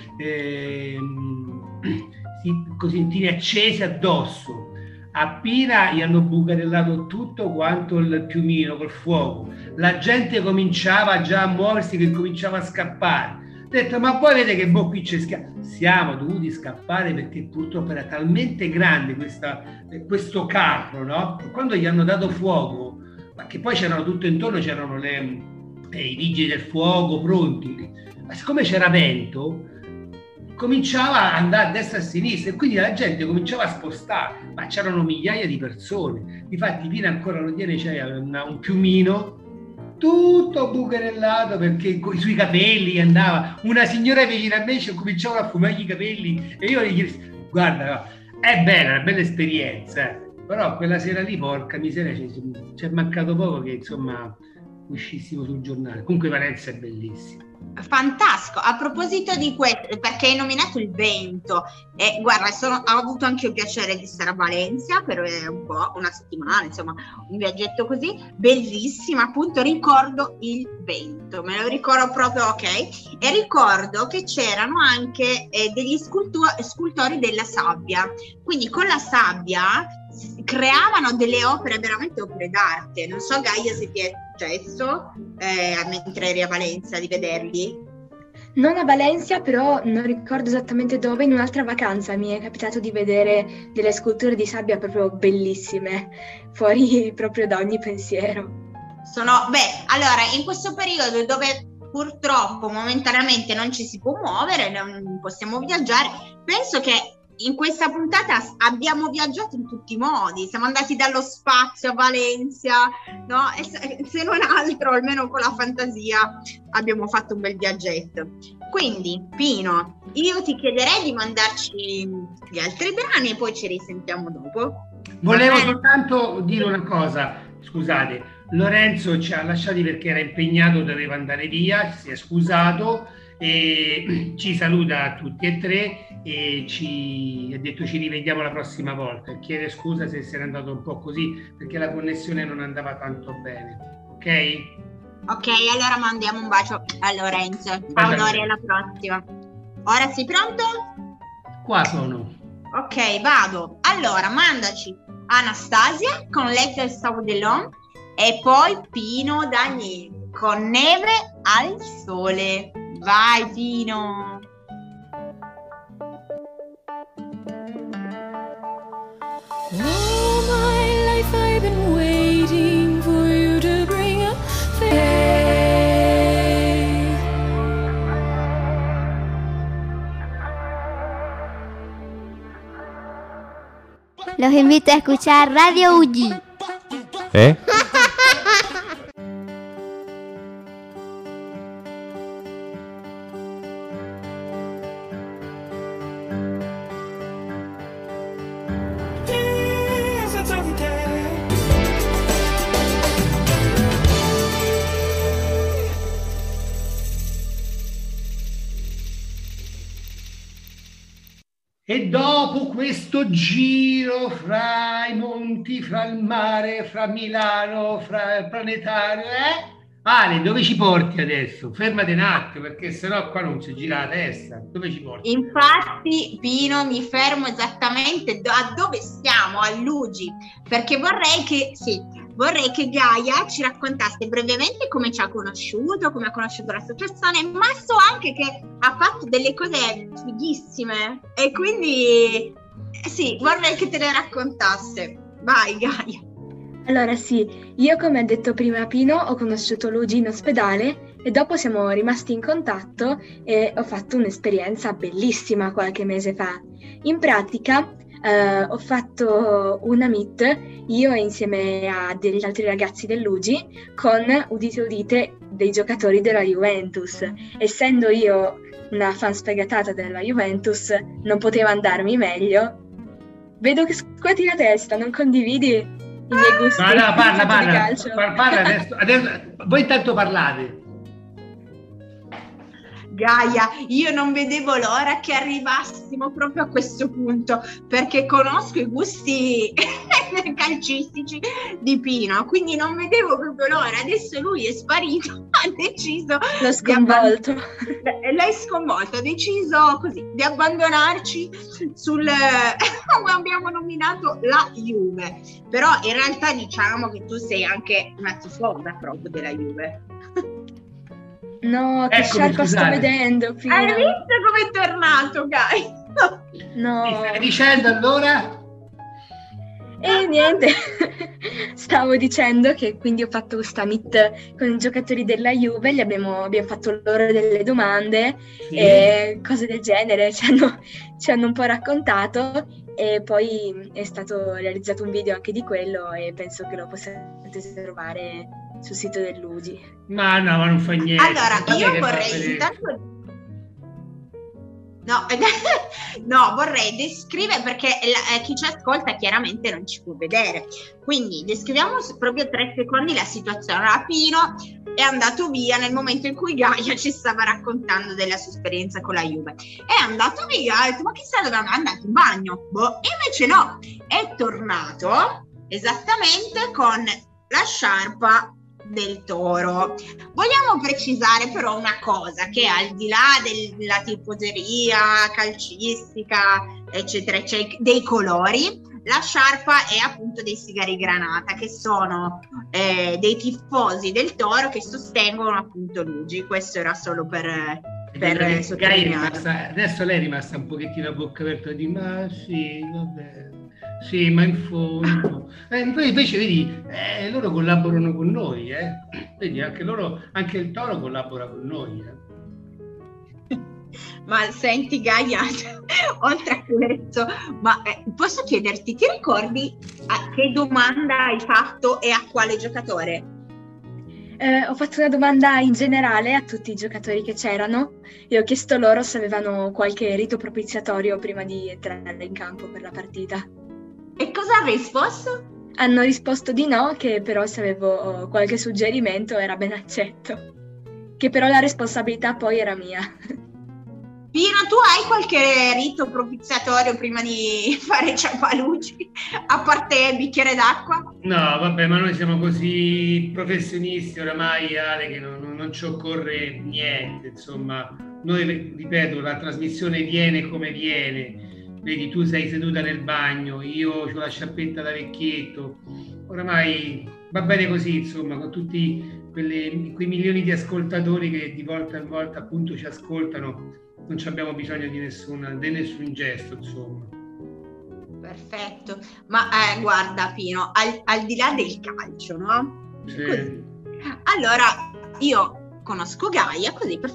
[SPEAKER 2] cosintini accesi addosso. Appena gli hanno bucarellato tutto quanto il piumino col fuoco, la gente cominciava già a muoversi, che cominciava a scappare. Ho detto, ma voi vedete che qui c'è siamo dovuti scappare perché purtroppo era talmente grande questo carro, no? E quando gli hanno dato fuoco, ma che poi c'erano tutto intorno, c'erano i vigili del fuoco pronti, ma siccome c'era vento cominciava ad andare a destra e a sinistra e quindi la gente cominciava a spostare, ma c'erano migliaia di persone. Difatti fino ancora non ieri c'era un piumino tutto bucherellato perché sui capelli andava una signora vicino a me, cominciava a fumare i capelli e io gli chiedevo, guarda, è bella, una bella esperienza, però quella sera lì, porca miseria, ci è mancato poco che insomma uscissimo sul giornale. Comunque Valenza è bellissima.
[SPEAKER 3] Fantastico. A proposito di questo, perché hai nominato il vento, guarda, ho avuto anche il piacere di stare a Valencia per un po', una settimana, insomma, un viaggetto così bellissimo. Appunto, ricordo il vento, me lo ricordo proprio, ok? E ricordo che c'erano anche degli scultori della sabbia, quindi con la sabbia creavano delle opere, veramente opere d'arte. Non so, Gaia, se ti è successo mentre eri a Valencia di vederli?
[SPEAKER 4] Non a Valencia, però non ricordo esattamente dove, in un'altra vacanza mi è capitato di vedere delle sculture di sabbia proprio bellissime, fuori proprio da ogni pensiero.
[SPEAKER 3] Allora, in questo periodo dove purtroppo momentaneamente non ci si può muovere, non possiamo viaggiare, penso che in questa puntata abbiamo viaggiato in tutti i modi, siamo andati dallo spazio a Valencia, no? E se non altro, almeno con la fantasia, abbiamo fatto un bel viaggetto. Quindi, Pino, io ti chiederei di mandarci gli altri brani e poi ci risentiamo dopo.
[SPEAKER 2] Volevo soltanto dire una cosa, scusate, Lorenzo ci ha lasciati perché era impegnato, doveva andare via, si è scusato e ci saluta a tutti e tre e ci ha detto ci rivediamo la prossima volta. Chiede scusa se era andato un po' così perché la connessione non andava tanto bene, ok?
[SPEAKER 3] Ok, allora mandiamo un bacio a Lorenzo. Ciao Lori, alla prossima. Ora sei pronto?
[SPEAKER 2] Qua sono.
[SPEAKER 3] Ok, vado. Allora, mandaci Anastasia con Let's Stop the Long e poi Pino Daniele con Neve al Sole. Vai Pino!
[SPEAKER 11] All my life I've been waiting for you to bring a face.
[SPEAKER 6] Los invito a escuchar Radio Uji.
[SPEAKER 2] E dopo questo giro fra i monti, fra il mare, fra Milano, fra il planetario, Ale, dove ci porti adesso? Fermati un attimo, perché sennò qua non si gira la testa. Dove ci porti?
[SPEAKER 3] Infatti, Pino, mi fermo esattamente a dove stiamo, a Lugi, perché vorrei che Gaia ci raccontasse brevemente come ci ha conosciuto, come ha conosciuto l'associazione, ma so anche che ha fatto delle cose fighissime e quindi sì, vorrei che te le raccontasse. Vai Gaia.
[SPEAKER 4] Allora sì, io come ha detto prima Pino ho conosciuto Luigi in ospedale e dopo siamo rimasti in contatto e ho fatto un'esperienza bellissima qualche mese fa. In pratica Ho fatto una meet, io insieme a degli altri ragazzi dell'UGI, con, udite udite, dei giocatori della Juventus. Essendo io una fan sfegatata della Juventus, non poteva andarmi meglio. Vedo che scuoti la testa, non condividi i miei gusti
[SPEAKER 2] No, parla,
[SPEAKER 4] di calcio.
[SPEAKER 2] parla adesso. Voi intanto parlate.
[SPEAKER 3] Gaia, io non vedevo l'ora che arrivassimo proprio a questo punto, perché conosco i gusti calcistici di Pino, quindi non vedevo proprio l'ora. Adesso lui è sparito, ha deciso
[SPEAKER 4] L'ho sconvolto.
[SPEAKER 3] L'hai sconvolto, ha deciso così di abbandonarci sul come abbiamo nominato la Juve. Però in realtà diciamo che tu sei anche una tifosa proprio della Juve.
[SPEAKER 4] No, che sciarpa sto vedendo, Pino.
[SPEAKER 3] Hai visto come è tornato, Gai?
[SPEAKER 4] No.
[SPEAKER 2] Mi stai dicendo allora?
[SPEAKER 4] E niente, stavo dicendo che quindi ho fatto questa meet con i giocatori della Juve, abbiamo fatto loro delle domande e cose del genere, ci hanno un po' raccontato, e poi è stato realizzato un video anche di quello e penso che lo possiate trovare sul sito dell'UGI.
[SPEAKER 2] Ma non fa niente.
[SPEAKER 3] Allora, io vorrei intanto... No, vorrei descrivere, perché chi ci ascolta chiaramente non ci può vedere, quindi descriviamo proprio 3 secondi la situazione. Rapino è andato via nel momento in cui Gaia ci stava raccontando della sua esperienza con la Juve, è andato via, ha detto ma chissà dove è andato, in bagno, invece no, è tornato esattamente con la sciarpa del Toro. Vogliamo precisare però una cosa, che al di là della tifoseria calcistica eccetera eccetera, dei colori, la sciarpa è appunto dei Sigari Granata, che sono dei tifosi del Toro che sostengono appunto l'UGI. Questo era solo per sottolineare.
[SPEAKER 2] Adesso lei è rimasta un pochettino a bocca aperta di ma sì, vabbè. Sì, ma in fondo poi invece vedi, loro collaborano con noi, vedi, anche il Toro collabora con noi.
[SPEAKER 3] Ma senti Gaia, oltre a questo, ma posso chiederti, ti ricordi a che domanda hai fatto e a quale giocatore?
[SPEAKER 4] Ho fatto una domanda in generale a tutti i giocatori che c'erano e ho chiesto loro se avevano qualche rito propiziatorio prima di entrare in campo per la partita.
[SPEAKER 3] E cosa ha risposto?
[SPEAKER 4] Hanno risposto di no, che però se avevo qualche suggerimento era ben accetto, che però la responsabilità poi era mia.
[SPEAKER 3] Pino, tu hai qualche rito propiziatorio prima di fare Ciapalucci, a parte bicchiere d'acqua?
[SPEAKER 2] No, vabbè, ma noi siamo così professionisti oramai, Ale, che non ci occorre niente, insomma. Noi, ripeto, la trasmissione viene come viene. Vedi, tu sei seduta nel bagno, io ho la sciarpetta da vecchietto, oramai va bene così, insomma, con tutti quei milioni di ascoltatori che di volta in volta appunto ci ascoltano, non abbiamo bisogno di nessun gesto, insomma.
[SPEAKER 3] Perfetto, ma guarda Pino, al di là del calcio, no?
[SPEAKER 2] Sì.
[SPEAKER 3] Così. Allora, io conosco Gaia, così per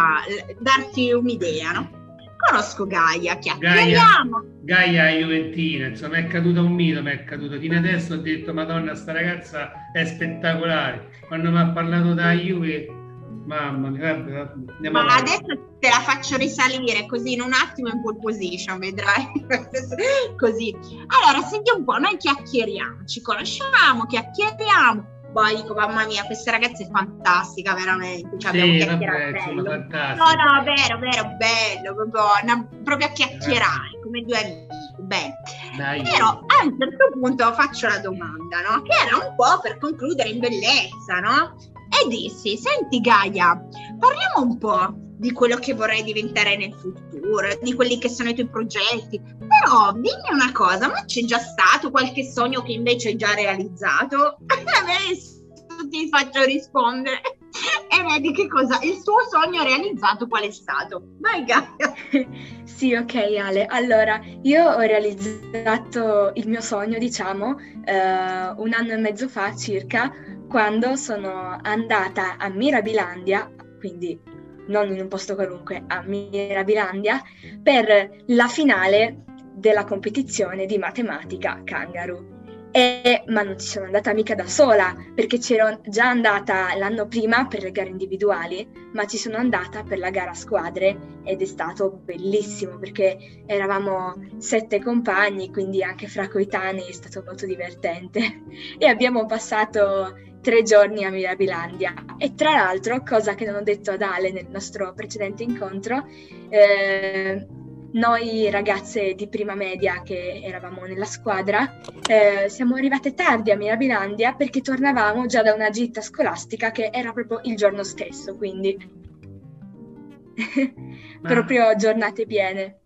[SPEAKER 3] darti un'idea, no? Conosco Gaia, chiacchieriamo.
[SPEAKER 2] Gaia è juventina, insomma, è caduto un mito, fino adesso ho detto madonna, sta ragazza è spettacolare, quando mi ha parlato da Juve, mamma mia, andiamo
[SPEAKER 3] ma
[SPEAKER 2] avanti.
[SPEAKER 3] adesso te la faccio risalire così in un attimo in pole position, vedrai. Così, allora senti un po', noi chiacchieriamo, ci conosciamo, chiacchieriamo. Poi dico, mamma mia, questa ragazza è fantastica, veramente. Cioè,
[SPEAKER 2] sì,
[SPEAKER 3] vabbè,
[SPEAKER 2] fantastico.
[SPEAKER 3] No, vero, bello, proprio a chiacchierare, come due amici, bene.
[SPEAKER 2] Dai.
[SPEAKER 3] Però a un certo punto faccio la domanda, no? Che era un po' per concludere in bellezza, no? E dissi, senti Gaia, parliamo un po' di quello che vorrei diventare nel futuro, di quelli che sono i tuoi progetti, però dimmi una cosa, ma c'è già stato qualche sogno che invece hai già realizzato? Adesso ti faccio rispondere e vedi che cosa, il tuo sogno realizzato qual è stato? Vai Gaia.
[SPEAKER 4] Sì, ok Ale, allora io ho realizzato il mio sogno, diciamo, 1 anno e mezzo fa circa, quando sono andata a Mirabilandia, quindi non in un posto qualunque, a Mirabilandia, per la finale della competizione di matematica Kangaroo. Ma non ci sono andata mica da sola, perché c'ero già andata l'anno prima per le gare individuali, ma ci sono andata per la gara a squadre ed è stato bellissimo perché eravamo 7 compagni, quindi anche fra coetanei è stato molto divertente e abbiamo passato 3 giorni a Mirabilandia. E tra l'altro, cosa che non ho detto ad Ale nel nostro precedente incontro, noi ragazze di prima media che eravamo nella squadra siamo arrivate tardi a Mirabilandia perché tornavamo già da una gita scolastica che era proprio il giorno stesso, quindi proprio giornate piene.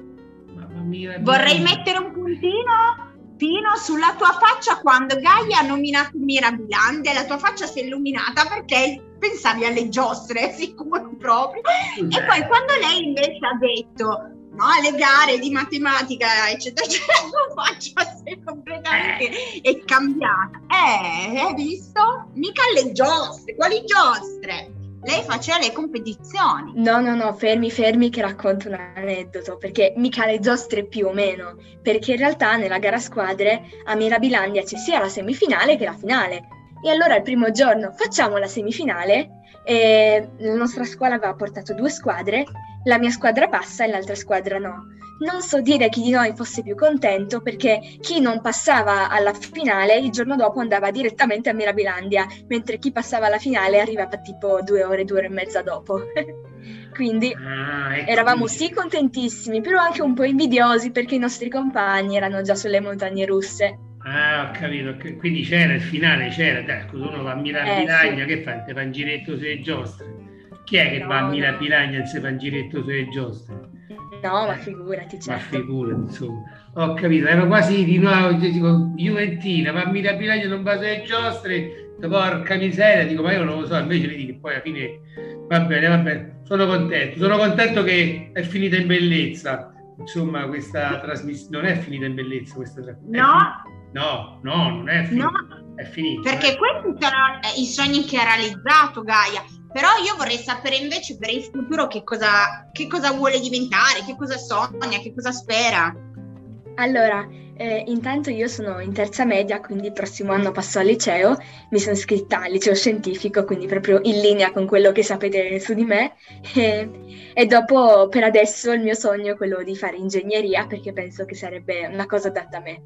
[SPEAKER 3] Vorrei mettere un puntino, Pino, sulla tua faccia quando Gaia ha nominato Mirabilandia. La tua faccia si è illuminata perché pensavi alle giostre, sicuro proprio. E poi quando lei invece ha detto no, alle gare di matematica, eccetera, eccetera, la faccia si è completamente è cambiata. Hai visto? Mica le giostre, quali giostre? Lei faceva le competizioni.
[SPEAKER 4] No, fermi che racconto un aneddoto, perché mica le giostre più o meno, perché in realtà nella gara a squadre a Mirabilandia c'è sia la semifinale che la finale. E allora il primo giorno facciamo la semifinale e la nostra scuola aveva portato 2 squadre, la mia squadra passa e l'altra squadra no. Non so dire chi di noi fosse più contento, perché chi non passava alla finale il giorno dopo andava direttamente a Mirabilandia, mentre chi passava alla finale arrivava tipo 2 ore e mezza dopo. Quindi eravamo sì contentissimi, però anche un po' invidiosi perché i nostri compagni erano già sulle montagne russe.
[SPEAKER 2] Ho capito. Quindi c'era il finale, c'era. Dai, uno va a Mirabilandia, sì. Che fa? Te fa un giretto sulle giostre? Chi è che va a Mirabilandia e si fa un giretto sulle giostre?
[SPEAKER 4] No, ma figurati, certo.
[SPEAKER 2] Ma figurati, insomma. Ho capito, ero quasi di nuovo, dico, Juventina, va a Mirabilandia, non va sulle giostre, porca miseria, dico, ma io non lo so, invece vedi che poi alla fine, va bene, sono contento che è finita in bellezza, insomma, questa trasmissione, non è finita in bellezza questa trasmissione. No, non è finita, è finita.
[SPEAKER 3] Perché questi sono i sogni che ha realizzato Gaia. Però io vorrei sapere invece per il futuro che cosa vuole diventare, che cosa sogna, che cosa spera.
[SPEAKER 4] Allora, intanto io sono in terza media, quindi il prossimo anno passo al liceo, mi sono iscritta al liceo scientifico, quindi proprio in linea con quello che sapete su di me, e dopo per adesso il mio sogno è quello di fare ingegneria, perché penso che sarebbe una cosa adatta a me.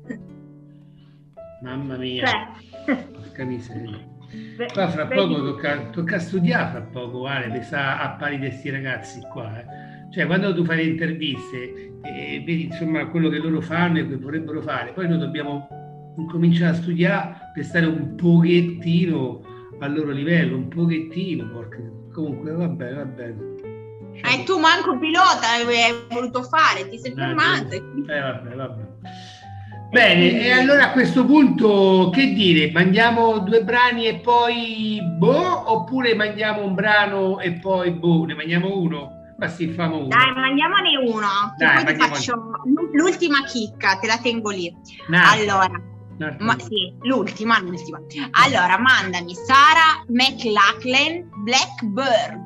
[SPEAKER 2] Mamma mia, porca miseria. Qua fra poco tocca studiare, fra poco, vale, per stare a pari di questi ragazzi qua. Cioè, quando tu fai le interviste vedi insomma quello che loro fanno e che vorrebbero fare, poi noi dobbiamo cominciare a studiare per stare un pochettino al loro livello, un pochettino, porca. Comunque va bene.
[SPEAKER 3] E tu manco pilota hai voluto fare, ti sei fermato.
[SPEAKER 2] Vabbè. Bene, e allora a questo punto che dire? Mandiamo 2 brani e poi oppure mandiamo un brano e poi ne mandiamo uno? Ma sì, famo uno.
[SPEAKER 3] Dai, mandiamone uno.
[SPEAKER 2] Dai,
[SPEAKER 3] poi ti faccio l'ultima chicca, te la tengo lì. Allora, l'ultima. Allora, mandami Sarah McLachlan, Blackbird.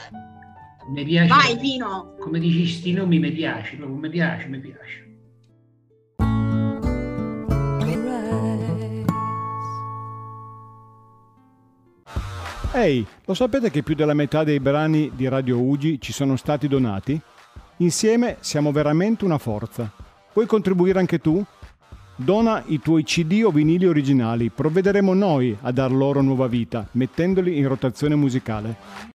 [SPEAKER 2] Mi piace.
[SPEAKER 3] Vai, Pino.
[SPEAKER 2] Come dici sti nomi, mi piace.
[SPEAKER 12] Ehi, lo sapete che più della metà dei brani di Radio Ugi ci sono stati donati? Insieme siamo veramente una forza. Puoi contribuire anche tu? Dona i tuoi CD o vinili originali, provvederemo noi a dar loro nuova vita, mettendoli in rotazione musicale.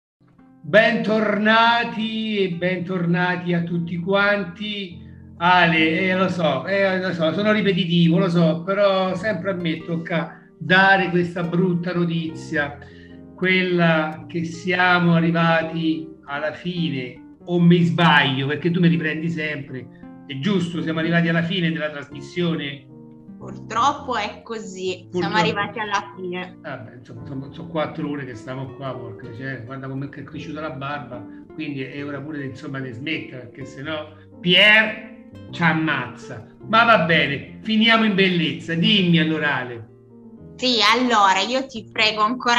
[SPEAKER 2] Bentornati a tutti quanti. Ale, lo so, sono ripetitivo, lo so, però sempre a me tocca dare questa brutta notizia. Quella che siamo arrivati alla fine, o mi sbaglio, perché tu mi riprendi sempre, è giusto, siamo arrivati alla fine della trasmissione?
[SPEAKER 3] Purtroppo è così, siamo arrivati alla fine.
[SPEAKER 2] Vabbè, insomma, sono 4 ore che stiamo qua, porca, guarda come è cresciuta la barba, quindi è ora pure insomma di smettere, perché sennò Pier ci ammazza. Ma va bene, finiamo in bellezza, dimmi allora Ale.
[SPEAKER 3] Sì, allora io ti prego ancora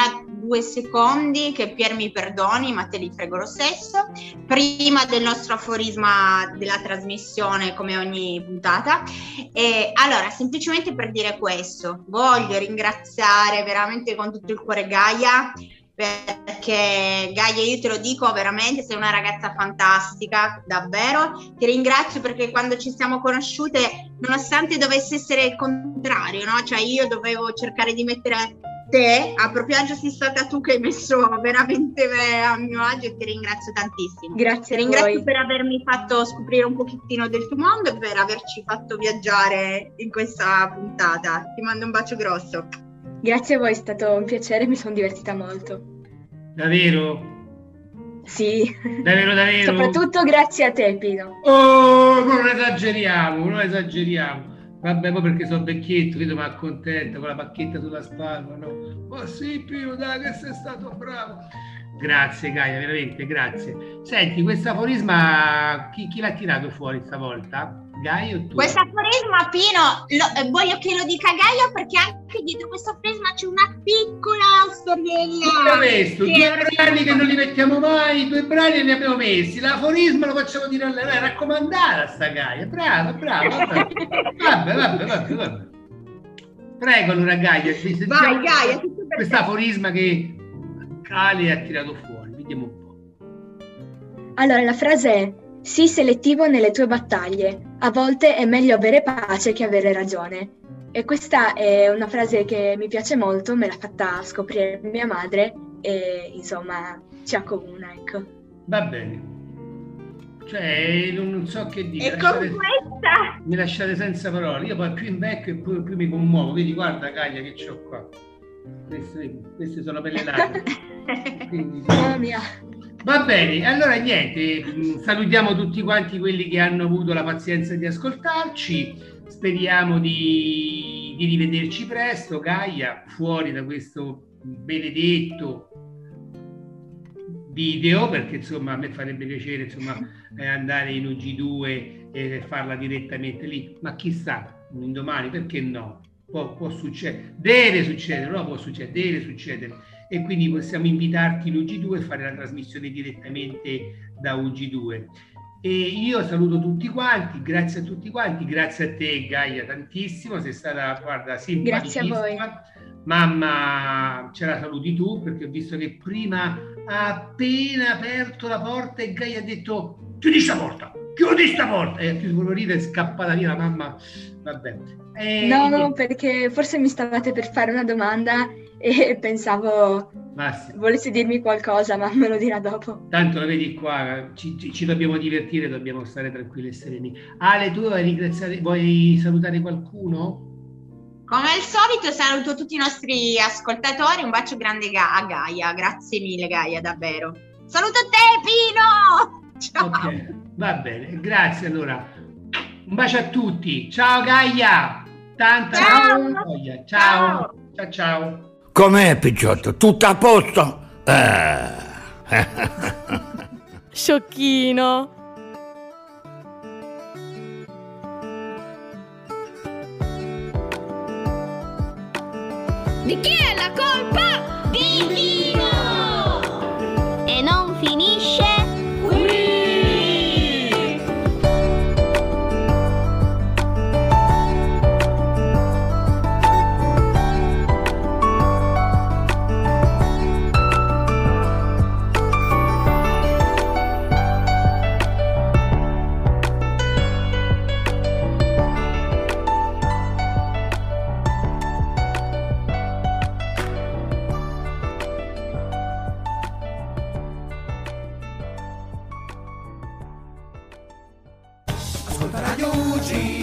[SPEAKER 3] 2 secondi, che Pier mi perdoni, ma te li frego lo stesso, prima del nostro aforisma della trasmissione, come ogni puntata. E allora, semplicemente per dire questo, voglio ringraziare veramente con tutto il cuore Gaia, perché Gaia, io te lo dico veramente, sei una ragazza fantastica, davvero. Ti ringrazio perché quando ci siamo conosciute, nonostante dovesse essere il contrario, no? Cioè io dovevo cercare di mettere te a proprio agio, sei stata tu che hai messo veramente a mio agio, e ti ringrazio tantissimo.
[SPEAKER 4] Grazie
[SPEAKER 3] Ti
[SPEAKER 4] a
[SPEAKER 3] ringrazio
[SPEAKER 4] voi.
[SPEAKER 3] per avermi fatto scoprire un pochettino del tuo mondo e per averci fatto viaggiare in questa puntata. Ti mando un bacio grosso.
[SPEAKER 4] Grazie a voi, è stato un piacere, mi sono divertita molto.
[SPEAKER 2] Davvero?
[SPEAKER 4] Sì.
[SPEAKER 2] Davvero?
[SPEAKER 4] Soprattutto grazie a te, Pino.
[SPEAKER 2] Oh, non esageriamo. Vabbè, poi perché sono vecchietto, vedo mi accontenta con la pacchetta sulla spalla, no? Oh sì, Pino, dai, che sei stato bravo. Grazie Gaia, veramente, grazie. Senti, questo aforisma, chi l'ha tirato fuori stavolta? Gaia o tu?
[SPEAKER 3] Questo aforisma, Pino, voglio che lo dica Gaia, perché anche dietro questo aforisma c'è una piccola storiella.
[SPEAKER 2] Questo, 2 brani che non li mettiamo mai, 2 brani ne abbiamo messi. L'aforisma lo facciamo dire a lei, è raccomandata sta Gaia, brava. Vabbè. Prego allora Gaia,
[SPEAKER 3] vai Gaia,
[SPEAKER 2] questo aforisma che Ale ha tirato fuori, vediamo un po'.
[SPEAKER 4] Allora, la frase è: sii selettivo nelle tue battaglie, a volte è meglio avere pace che avere ragione. E questa è una frase che mi piace molto, me l'ha fatta scoprire mia madre e insomma ci accomuna, ecco.
[SPEAKER 2] Va bene, cioè non so che dire.
[SPEAKER 3] E con questa
[SPEAKER 2] mi lasciate senza parole, io poi più invecchio e più mi commuovo, vedi, guarda Gaia che c'ho qua. Queste sono per le lacrime. Quindi,
[SPEAKER 4] Mamma mia.
[SPEAKER 2] Va bene, allora niente, salutiamo tutti quanti quelli che hanno avuto la pazienza di ascoltarci, speriamo di rivederci presto, Gaia, fuori da questo benedetto video, perché insomma a me farebbe piacere insomma andare in UG2 e farla direttamente lì, ma chissà, un domani, perché no? Può succedere, deve succedere, e quindi possiamo invitarti in UG2 e fare la trasmissione direttamente da UG2. E io saluto tutti quanti, grazie a tutti quanti, grazie a te Gaia tantissimo, sei stata, guarda, simpaticissima.
[SPEAKER 4] Grazie a voi.
[SPEAKER 2] Mamma, ce la saluti tu, perché ho visto che prima ha appena aperto la porta e Gaia ha detto chiudi sta porta, e ha chiuso l'orita e è scappata via la mamma. Vabbè.
[SPEAKER 4] No, perché forse mi stavate per fare una domanda e pensavo volessi dirmi qualcosa, ma me lo dirà dopo.
[SPEAKER 2] Tanto la vedi qua, ci dobbiamo divertire, dobbiamo stare tranquilli e sereni. Ale, tu vuoi salutare qualcuno?
[SPEAKER 3] Come al solito saluto tutti i nostri ascoltatori, un bacio grande a Gaia, grazie mille Gaia, davvero. Saluto te Pino! Ciao!
[SPEAKER 2] Okay, va bene, grazie allora. Un bacio a tutti, ciao Gaia! Tanta gioia, ciao!
[SPEAKER 13] Com'è Picciotto? Tutto a posto?
[SPEAKER 9] Sciocchino.
[SPEAKER 6] Di chi è la colpa? Di Pino! E non finisce qui!
[SPEAKER 1] Ascolta Radio UG.